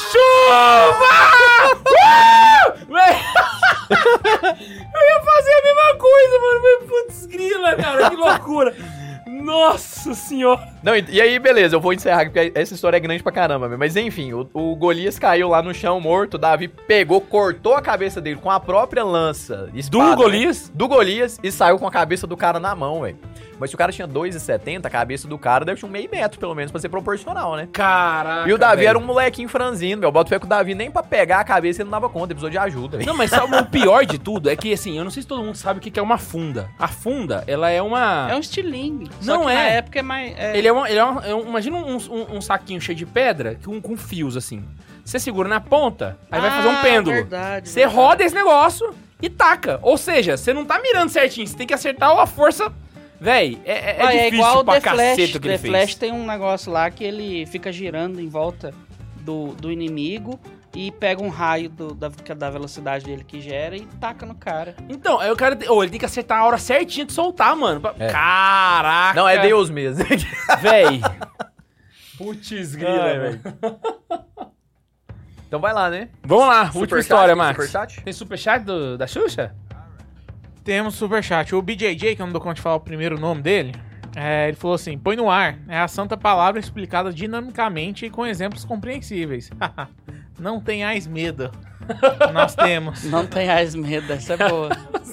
chuva! Véi. Eu ia fazer a mesma coisa, mano. Mas, putz, grila, cara. Que loucura. Nossa senhora. Não, e aí, beleza, eu vou encerrar aqui, porque essa história é grande pra caramba, mas enfim, o Golias caiu lá no chão morto, o Davi pegou, cortou a cabeça dele com a própria lança, espada, Do Golias? né? Do Golias, e saiu com a cabeça do cara na mão, velho. Mas se o cara tinha 2,70, a cabeça do cara deve ter um meio metro, pelo menos, pra ser proporcional, né? Caraca. E o Davi velho. era um molequinho franzino, meu. Bota fé que o Davi nem pra pegar a cabeça ele não dava conta, ele precisou de ajuda, velho. Não, mas sabe, o pior de tudo é que, assim, eu não sei se todo mundo sabe o que é uma funda. A funda, ela é uma... É um estilingue. Não Só que é. na época é mais... Ele é imagina um saquinho cheio de pedra com fios, assim. Você segura na ponta, aí vai fazer um pêndulo. Verdade, Você roda esse negócio e taca. Ou seja, você não tá mirando certinho, você tem que acertar a força... Véi, é difícil igual o pra The caceta Flash. o que ele The Flash fez. tem um negócio lá que ele fica girando em volta do inimigo e pega um raio da velocidade dele que gera e taca no cara. Então, aí o cara... ele tem que acertar a hora certinha de soltar, mano. É. Caraca! Não, é Deus mesmo. Véi. Putz, grila, velho. Então vai lá, né? Vamos lá, última Superchat, história, Max. superchat? Tem superchat da Xuxa? Temos superchat. O BJJ, que eu não dou conta de falar o primeiro nome dele, ele falou assim: põe no ar. É a santa palavra explicada dinamicamente e com exemplos compreensíveis. Não tenhais medo. Nós temos. Não tenhais medo, essa é boa.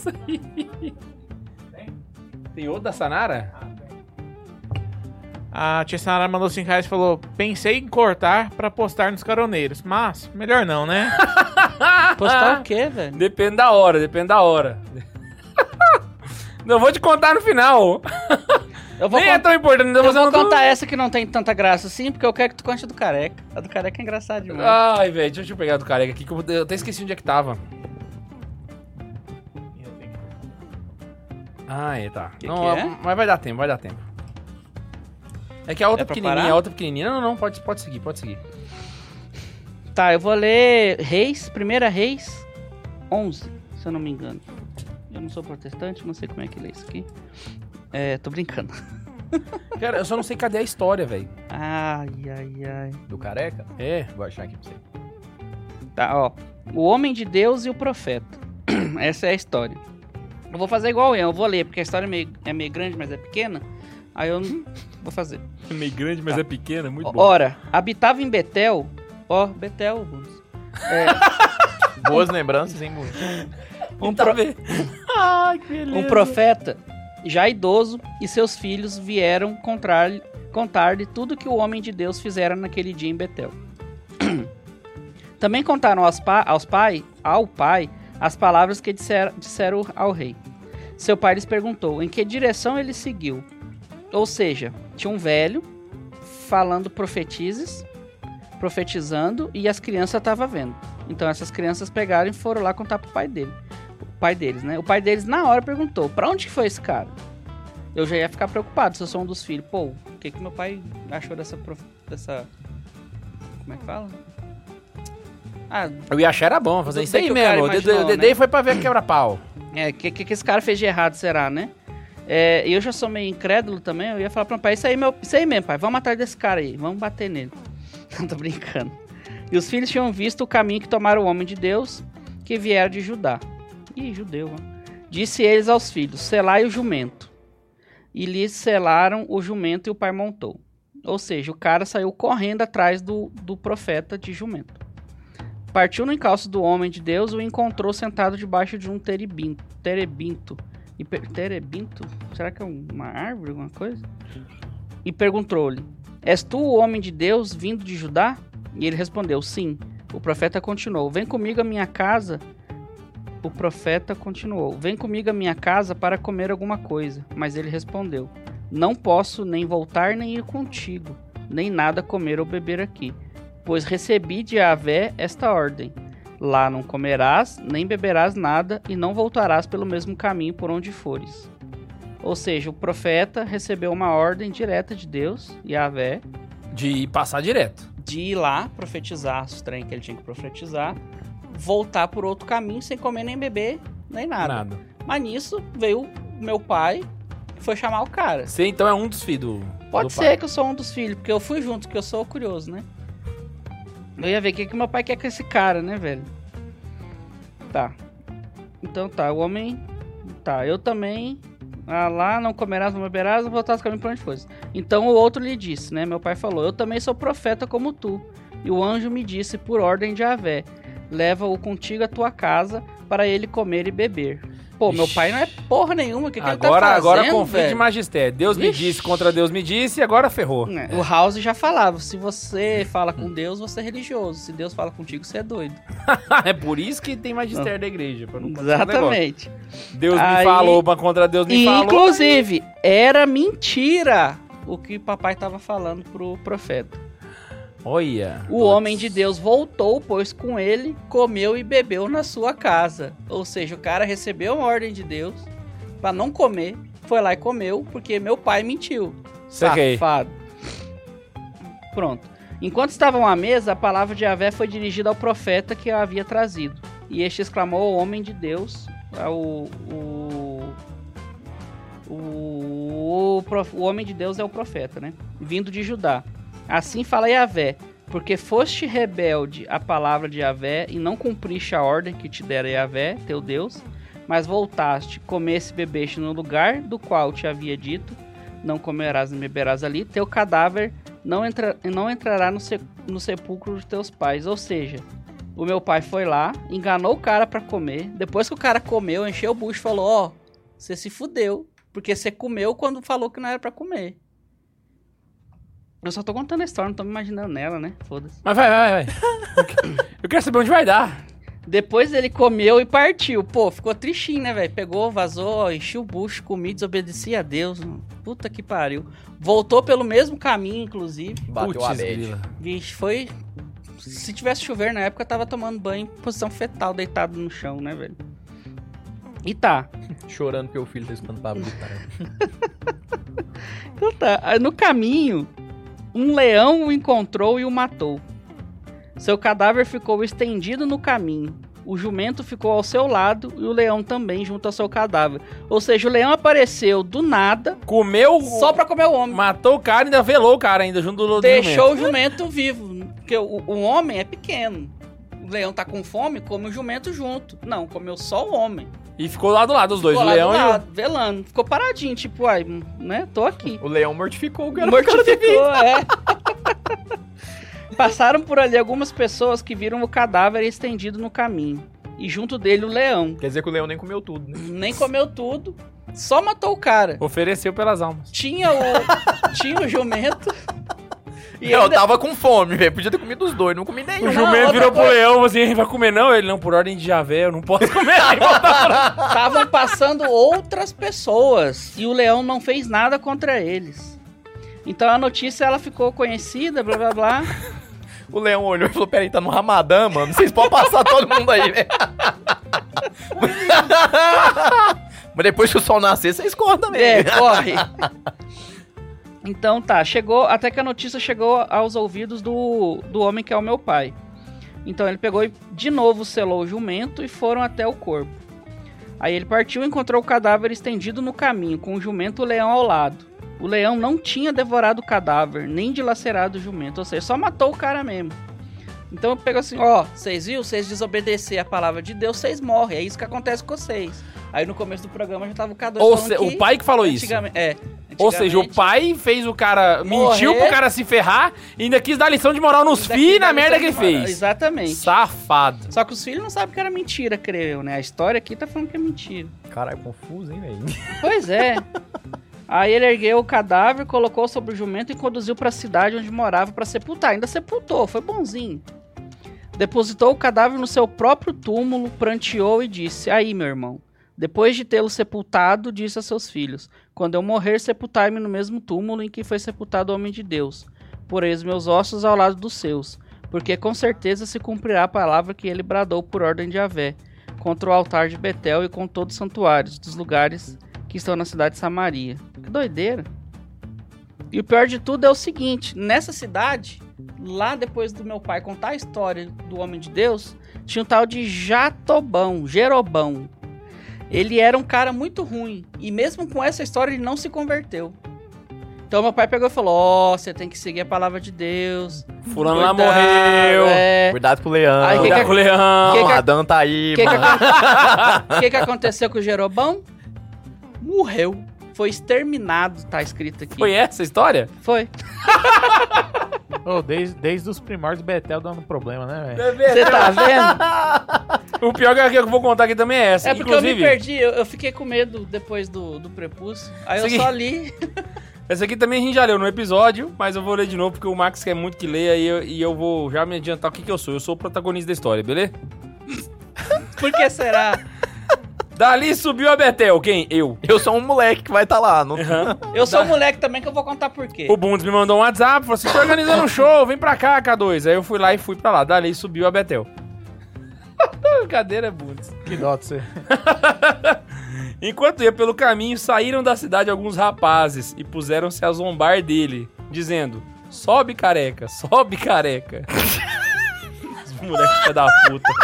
Tem outro da Sanara? A tia Sanara mandou 5 reais e falou: pensei em cortar pra postar nos caroneiros, mas melhor não, né? Postar o quê, velho? Depende da hora, depende da hora. Não vou te contar no final. Eu vou, Nem é tão importante. eu você vou não- contar essa que não tem tanta graça assim, porque eu quero que tu conte a do careca. A do careca é engraçada demais. Ai, velho, deixa eu pegar do careca aqui que eu até esqueci onde é que tava. Ah, tá. Que Não, é? mas vai dar tempo, vai dar tempo. É que a outra É pra pequenininha, parar? a outra pequenininha. Não, pode seguir, pode seguir. Tá, eu vou ler Reis, 1 Reis 11, se eu não me engano. Eu não sou protestante, não sei como é que lê isso aqui. Tô brincando. Cara, eu só não sei cadê a história, velho. Ai. Do careca? É. Vou achar aqui pra você. Tá, ó. O homem de Deus e o profeta. Essa é a história. Eu vou fazer igual eu vou ler, porque a história é meio grande, mas é pequena. Aí eu não vou fazer. É meio grande, mas é pequena, muito bom. Ora, habitava em Betel. Ó, Betel, Bundes. Boas lembranças, hein, Bruno? Ai, que beleza. Um profeta já idoso e seus filhos vieram contar-lhe tudo que o homem de Deus fizera naquele dia em Betel. Também contaram ao pai as palavras que disseram ao rei. Seu pai lhes perguntou em que direção ele seguiu. Ou seja, tinha um velho falando profetizando e as crianças estavam vendo. Então essas crianças pegaram e foram lá contar pro pai deles, né? O pai deles na hora perguntou: pra onde que foi esse cara? Eu já ia ficar preocupado se eu sou um dos filhos. Pô, o que meu pai achou dessa como é que fala? Ah, Eu ia achar era bom fazer Tudo isso bem aí que o cara mesmo. imaginou, O Dedê foi pra ver quebra-pau. que esse cara fez de errado, será, né? Eu já sou meio incrédulo também, eu ia falar pro meu pai: isso aí mesmo, pai, vamos atrás desse cara aí, vamos bater nele. Tô brincando. E os filhos tinham visto o caminho que tomara o homem de Deus, que viera de Judá. Ih, judeu, ó. Disse eles aos filhos, selai o jumento. E lhes selaram o jumento e o pai montou. Ou seja, o cara saiu correndo atrás do profeta de jumento. Partiu no encalço do homem de Deus e o encontrou sentado debaixo de um terebinto. Terebinto? Será que é uma árvore, alguma coisa? E perguntou-lhe, és tu o homem de Deus vindo de Judá? E ele respondeu, sim. O profeta continuou, vem comigo à minha casa. O profeta continuou, vem comigo à minha casa para comer alguma coisa. Mas ele respondeu, não posso nem voltar nem ir contigo, nem nada comer ou beber aqui. Pois recebi de Yahvé esta ordem, lá não comerás, nem beberás nada, e não voltarás pelo mesmo caminho por onde fores. Ou seja, o profeta recebeu uma ordem direta de Deus, Yahvé, De passar direto. de ir lá, profetizar os trem que ele tinha que profetizar, voltar por outro caminho sem comer nem beber, nem nada. Mas nisso veio o meu pai, que foi chamar o cara. Você então é um dos filhos do Pode do ser pai. que eu sou um dos filhos, porque eu fui junto, que eu sou curioso, né? Eu ia ver o que meu pai quer com esse cara, né, velho? Tá. Então tá, o homem... Tá, eu também... lá não comerás, não beberás, não voltarás caminho por onde fosse. Então o outro lhe disse, né? Meu pai falou, eu também sou profeta como tu. E o anjo me disse, por ordem de Yahvé, leva-o contigo à tua casa para ele comer e beber. Pô, meu pai não é porra nenhuma, o que ele tá fazendo, Agora conflito de velho? magistério. Deus me Ixi. disse contra Deus me disse e agora ferrou. O House já falava, se você fala com Deus, você é religioso. Se Deus fala contigo, você é doido. É por isso que tem magistério da igreja. Pra não acontecer esse negócio. Exatamente. Deus me Aí- falou, mas contra Deus me E, falou. inclusive, era mentira o que papai tava falando pro profeta. Olha. O homem de Deus voltou, pois com ele comeu e bebeu na sua casa. Ou seja, o cara recebeu uma ordem de Deus pra não comer, foi lá e comeu, porque meu pai mentiu. Saquei. Safado. Pronto. Enquanto estavam à mesa, a palavra de Yahvé foi dirigida ao profeta que a havia trazido. E este exclamou ao homem de Deus, o homem de Deus é o profeta, né? Vindo de Judá. Assim fala Yahvé, porque foste rebelde à palavra de Yahvé e não cumpriste a ordem que te dera Yahvé, teu Deus, mas voltaste, comeste e bebeste no lugar do qual te havia dito, não comerás nem beberás ali, teu cadáver não entrará no sepulcro de teus pais. Ou seja, o meu pai foi lá, enganou o cara pra comer, depois que o cara comeu, encheu o bucho e falou, ó, você se fudeu, porque você comeu quando falou que não era pra comer. Eu só tô contando a história, não tô me imaginando nela, né? Foda-se. Mas vai. Eu quero saber onde vai dar. Depois ele comeu e partiu. Pô, ficou tristinho, né, velho? Pegou, vazou, encheu o bucho, comi, desobedecia a Deus. Puta que pariu. Voltou pelo mesmo caminho, inclusive. Bateu a Putz, bad. grila. Vixe, foi... Se tivesse chover na época, eu tava tomando banho em posição fetal, deitado no chão, né, velho? E tá. Chorando porque o filho tá escutando Pablo Vittar. Então tá. No caminho, um leão o encontrou e o matou. Seu cadáver ficou estendido no caminho. O jumento ficou ao seu lado e o leão também junto ao seu cadáver. Ou seja, o leão apareceu do nada Comeu, só pra comer o homem. matou o cara e ainda velou o cara ainda junto do Deixou jumento. o jumento vivo. Porque o homem é pequeno. O leão tá com fome, come o jumento junto. Não, comeu só o homem. E ficou lá do lado, os dois, Ficou o lá leão do e o... lado, velando. Ficou paradinho, tipo, ai, né? Tô aqui. O leão mortificou o cara. Mortificou, é. Passaram por ali algumas pessoas que viram o cadáver estendido no caminho. E junto dele o leão. Quer dizer que o leão nem comeu tudo, né? Nem comeu tudo, só matou o cara. Ofereceu pelas almas. Tinha o jumento. E Eu ainda- tava com fome, velho. Podia ter comido os dois, não comi nenhum. O jumento outra virou pro coisa. leão, assim, vai comer não? Ele, não, por ordem de Javé, eu não posso comer. Aí voltaram. Estavam passando outras pessoas. E o leão não fez nada contra eles. Então a notícia ela ficou conhecida, blá blá blá. O leão olhou e falou, peraí, tá no Ramadã, mano. Vocês podem passar todo mundo aí, velho. Mas depois que o sol nascer, vocês cortam mesmo. Corre. Então tá, chegou, até que a notícia chegou aos ouvidos do homem que é o meu pai. Então ele pegou e de novo selou o jumento e foram até o corpo. Aí ele partiu e encontrou o cadáver estendido no caminho, com o jumento e o leão ao lado. O leão não tinha devorado o cadáver, nem dilacerado o jumento, ou seja, só matou o cara mesmo. Então eu pego assim, ó, vocês viram? Vocês desobedecer a palavra de Deus, vocês morrem. É isso que acontece com vocês. Aí no começo do programa já tava o K2 Ou falando que o pai que falou isso. Antigamente, Ou seja, o pai fez o cara... Mentiu Morrer. pro cara se ferrar e ainda quis dar lição de moral nos filhos na merda que ele fez. Exatamente. Safado. Só que os filhos não sabem que era mentira, creio, né? A história aqui tá falando que é mentira. Caralho, confuso, hein, velho? Pois é. Aí ele ergueu o cadáver, colocou sobre o jumento e conduziu pra cidade onde morava pra sepultar. Ainda sepultou, foi bonzinho. Depositou o cadáver no seu próprio túmulo, pranteou e disse: aí, meu irmão, depois de tê-lo sepultado, disse a seus filhos: quando eu morrer, sepultai-me no mesmo túmulo em que foi sepultado o homem de Deus. Porei os meus ossos ao lado dos seus, porque com certeza se cumprirá a palavra que ele bradou por ordem de Yahvé, contra o altar de Betel e com todos os santuários dos lugares que estão na cidade de Samaria. Que doideira. E o pior de tudo é o seguinte, nessa cidade, lá depois do meu pai contar a história do homem de Deus, tinha um tal de Jerobão. Ele era um cara muito ruim, e mesmo com essa história ele não se converteu. Então meu pai pegou e falou, você tem que seguir a palavra de Deus. Fulano lá Cuidado, morreu. Cuidado com o leão. Aí, Cuidado com o leão. que- Adão tá aí, O mano. que aconteceu com o Jerobão? Morreu. Foi exterminado, tá escrito aqui. Foi essa a história? Foi. Ô, desde os primórdios Betel dando problema, né, velho? Você tá vendo? O pior que eu vou contar aqui também é essa. É porque Inclusive, eu me perdi, eu fiquei com medo depois do prepúcio. Aí eu Segui- só li. essa aqui também a gente já leu no episódio, mas eu vou ler de novo porque o Max quer muito que leia e eu vou já me adiantar o que eu sou. Eu sou o protagonista da história, beleza? Por que será? Dali subiu a Betel. Quem? Eu. Eu sou um moleque que vai estar lá. Não... Aham. Eu sou um moleque também que eu vou contar por quê. O Bundes me mandou um WhatsApp, falou assim, tô organizando um show, vem pra cá, K2. Aí eu fui lá e fui pra lá. Dali subiu a Betel. Brincadeira, Bundes. Que dó de você. Enquanto ia pelo caminho, saíram da cidade alguns rapazes e puseram-se a zombar dele, dizendo, sobe careca, sobe careca. Esse moleque filho da puta.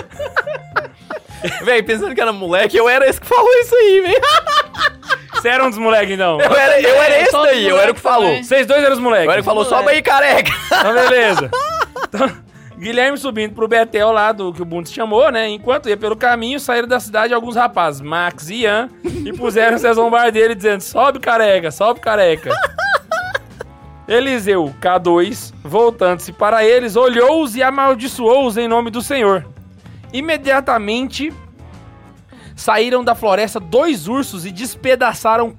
Véi, pensando que era moleque, eu era esse que falou isso aí, velho. Você era um dos moleques, então? Eu era esse sou daí, dos eu era o que moleque falou. também. Vocês dois eram os Eu moleques? era o que falou, moleque. sobe aí, careca. Então, beleza. Então, Guilherme subindo pro Betel lá, do que o Bundes chamou, né? Enquanto ia pelo caminho, saíram da cidade alguns rapazes, Max e Ian, e puseram-se a zombar dele, dizendo, sobe careca, sobe careca. Eliseu, K2, voltando-se para eles, olhou-os e amaldiçoou-os em nome do Senhor. Imediatamente saíram da floresta 2 ursos e despedaçaram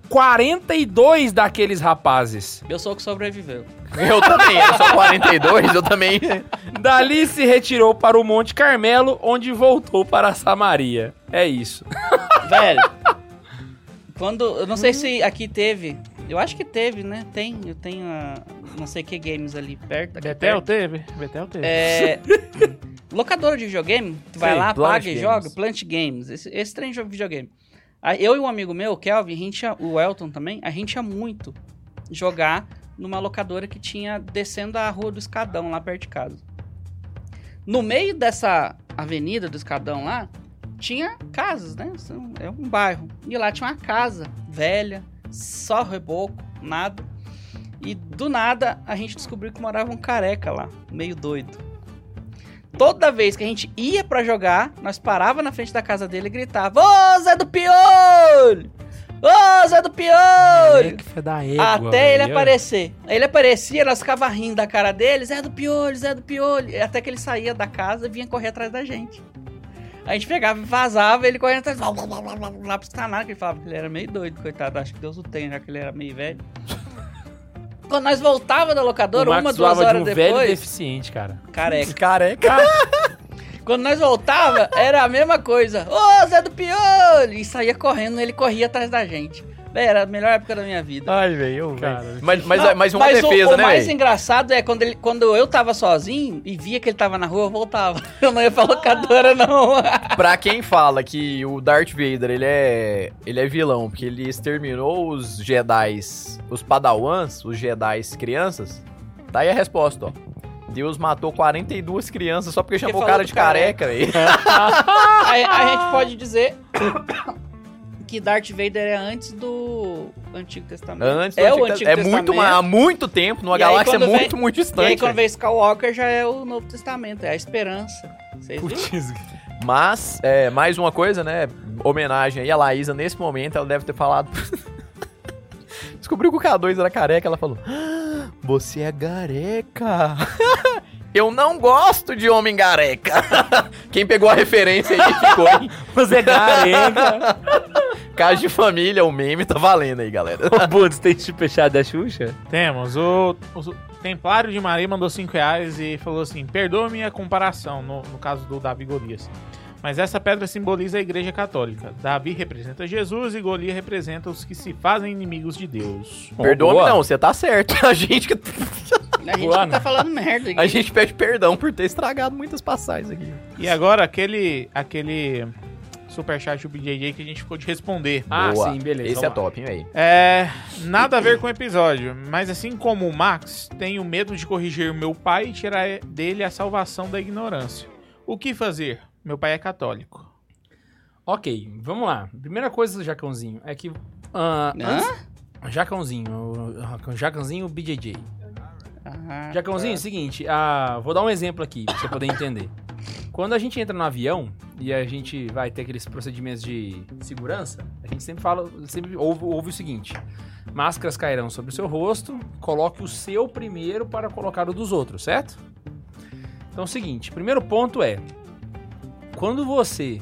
42 daqueles rapazes. Eu sou o que sobreviveu. Eu também, era só 42, eu também. Dali se retirou para o Monte Carmelo, onde voltou para Samaria. É isso. Velho, quando... Eu não sei se aqui teve... Eu acho que teve, né? Eu tenho a... Não sei que games ali perto. aqui Betel perto. teve? Betel teve. É... Locadora de videogame, tu vai Sei, lá, Plant paga e Games. joga, Plant Games, esse trem de videogame. Aí, eu e um amigo meu, o Kelvin, o Elton também, a gente ia muito jogar numa locadora que tinha descendo a rua do Escadão, lá perto de casa. No meio dessa avenida do Escadão lá, tinha casas, né? É um bairro. E lá tinha uma casa velha, só reboco, nada. E do nada a gente descobriu que morava um careca lá, meio doido. Toda vez que a gente ia pra jogar, nós parava na frente da casa dele e gritava: Ô, Zé do Piolho! Ô, Zé do Piolho! Que fé da égua, Até ele velho. aparecer. Aí ele aparecia, nós ficava rindo da cara dele: Zé do Piolho, Zé do Piolho. E até que ele saía da casa e vinha correr atrás da gente. A gente pegava e vazava, ele correndo atrás, lá pros canais, que ele falava que ele era meio doido, coitado. Acho que Deus o tenha, já que ele era meio velho. Quando nós voltava da locadora, O Max 2 zoava horas de um velho depois... deficiente, cara. Careca. Careca. Quando nós voltava, era a mesma coisa. Ô, Zé do Piolho! E saía correndo, ele corria atrás da gente. Véi, era a melhor época da minha vida. Ai, velho. Cara. Mas Não, uma defesa, o né, mais velho? engraçado é quando eu tava sozinho e via que ele tava na rua, eu voltava. Eu não ia pra locadora, não. Pra quem fala que o Darth Vader, ele é vilão, porque ele exterminou os Jedis, os Padawans, os Jedis crianças, tá aí a resposta, ó. Deus matou 42 crianças só porque chamou o falou cara do de careca, velho. A gente pode dizer que Darth Vader é antes do Antigo Testamento. Antes do é Antigo o Antigo É Testamento. muito, há muito tempo, numa E aí, galáxia quando muito, vem- muito E distante. aí, quando velho. vem Skywalker, já é o Novo Testamento, é a esperança. Vocês viram? Putz, Mas, mais uma coisa, né? Homenagem aí a Laísa, nesse momento, ela deve ter falado... Descobriu que o K2 era careca, ela falou... "Ah, você é careca. Eu não gosto de homem careca." Quem pegou a referência aí ficou, hein? você é careca. Caso de família, o meme tá valendo aí, galera. Ô, Bundes, tem superchat da Xuxa? Temos. O Templário de Maria mandou R$5 e falou assim: perdoa-me a comparação, no caso do Davi e Golias. Mas essa pedra simboliza a Igreja Católica. Davi representa Jesus e Golias representa os que se fazem inimigos de Deus. Perdoa-me boa. não, você tá certo. A gente, A gente Boa, não tá falando merda aqui. a gente pede perdão por ter estragado muitas passagens aqui. E agora aquele superchat do BJJ que a gente ficou de responder. Ah, Boa. sim, beleza. Esse é vamos lá. top, hein, velho? Nada a ver com o episódio, mas assim como o Max, tenho medo de corrigir meu pai e tirar dele a salvação da ignorância. O que fazer? Meu pai é católico. Ok, vamos lá. Primeira coisa do Jacãozinho é que... Jacãozinho, o Jacãozinho BJJ. Ah, Jacãozinho, é o seguinte, vou dar um exemplo aqui pra você poder entender. Quando a gente entra no avião e a gente vai ter aqueles procedimentos de segurança, a gente sempre ouve o seguinte: máscaras cairão sobre o seu rosto, coloque o seu primeiro para colocar o dos outros, certo? Então é o seguinte, primeiro ponto é, quando você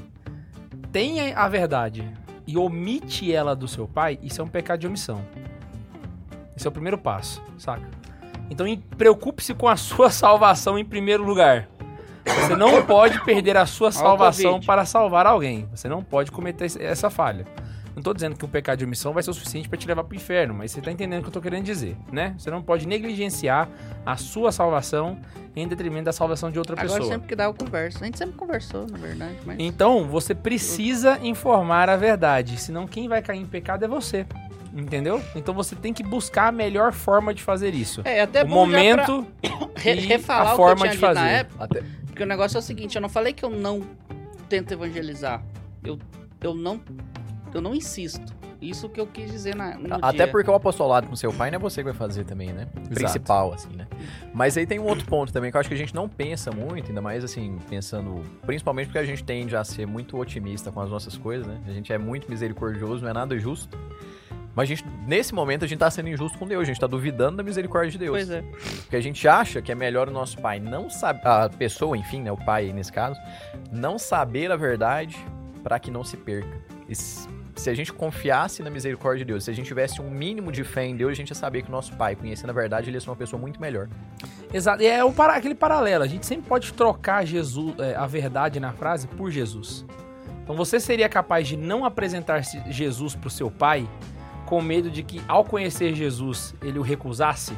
tem a verdade e omite ela do seu pai, isso é um pecado de omissão. Esse é o primeiro passo, saca? Então preocupe-se com a sua salvação em primeiro lugar. Você não pode perder a sua salvação Covid. para salvar alguém. Você não pode cometer essa falha. Não tô dizendo que o pecado de omissão vai ser o suficiente para te levar pro inferno, mas você tá entendendo o que eu tô querendo dizer, né? Você não pode negligenciar a sua salvação em detrimento da salvação de outra Agora pessoa. sempre que dá eu converso. A gente sempre conversou, na verdade. Mas... Então, você precisa informar a verdade, senão quem vai cair em pecado é você. Entendeu? Então você tem que buscar a melhor forma de fazer isso. até O bom já momento pra e refalar a o forma que eu de tinha dito fazer. na época. Até, Porque o negócio é o seguinte, eu não falei que eu não tento evangelizar. Eu não insisto. Isso que eu quis dizer no até dia. porque o apostolado com seu pai não é você que vai fazer também, né? Principal, assim, né? Mas aí tem um outro ponto também que eu acho que a gente não pensa muito, ainda mais assim, pensando... Principalmente porque a gente tende a ser muito otimista com as nossas coisas, né? A gente é muito misericordioso, não é nada justo. Mas a gente, nesse momento a gente tá sendo injusto com Deus, a gente tá duvidando da misericórdia de Deus. Pois é. Porque a gente acha que é melhor o nosso pai não saber, a pessoa, enfim, né, o pai nesse caso, não saber a verdade para que não se perca. E se a gente confiasse na misericórdia de Deus, se a gente tivesse um mínimo de fé em Deus, a gente ia saber que o nosso pai, conhecendo a verdade, ele ia ser uma pessoa muito melhor. Exato, e é aquele paralelo, a gente sempre pode trocar Jesus, a verdade na frase por Jesus. Então você seria capaz de não apresentar Jesus pro seu pai com medo de que, ao conhecer Jesus, ele o recusasse?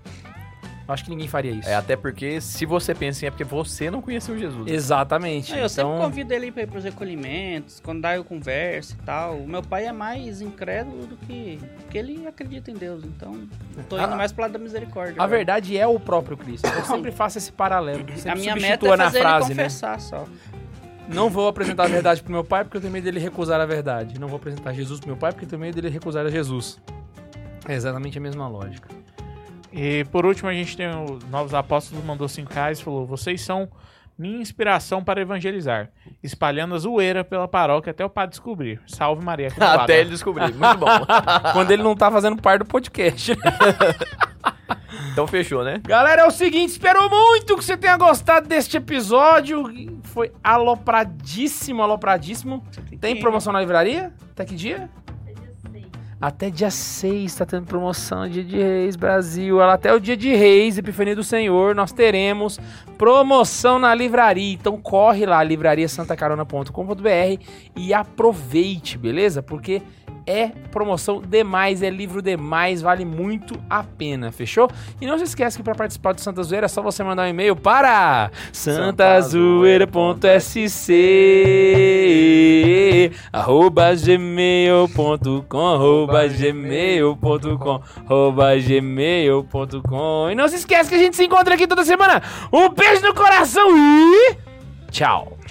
Eu acho que ninguém faria isso. Até porque, se você pensa assim, é porque você não conheceu Jesus. Exatamente. Eu sempre Então, convido ele pra ir pros recolhimentos, quando dá eu converso e tal. O meu pai é mais incrédulo do que... Porque ele acredita em Deus, então... Eu tô indo mais pro lado da misericórdia. a agora. verdade é o próprio Cristo. Eu sempre faço esse paralelo. Sempre A minha meta substitua é na fazer frase, ele né? confessar só. Não vou apresentar a verdade pro meu pai porque eu tenho medo dele recusar a verdade. Não vou apresentar Jesus pro meu pai porque eu tenho medo dele recusar a Jesus. É exatamente a mesma lógica. E por último a gente tem o Novos Apóstolos, mandou R$5 e falou: vocês são minha inspiração para evangelizar, espalhando a zoeira pela paróquia até o padre descobrir. Salve Maria. Até ele descobrir. Muito bom. Quando ele não tá fazendo parte do podcast. Então fechou, né? Galera, é o seguinte, espero muito que você tenha gostado deste episódio. Foi alopradíssimo. Tem promoção na livraria? Até que dia? Até dia 6 tá tendo promoção Dia de Reis Brasil. Até o Dia de Reis, Epifania do Senhor, nós teremos promoção na livraria. Então corre lá, livrariasantacarona.com.br e aproveite, beleza? Porque é promoção demais, é livro demais, vale muito a pena, fechou? E não se esquece que para participar do Santa Zoeira é só você mandar um e-mail para santazoeira.sc@gmail.com e não se esquece que a gente se encontra aqui toda semana. Um beijo no coração e tchau!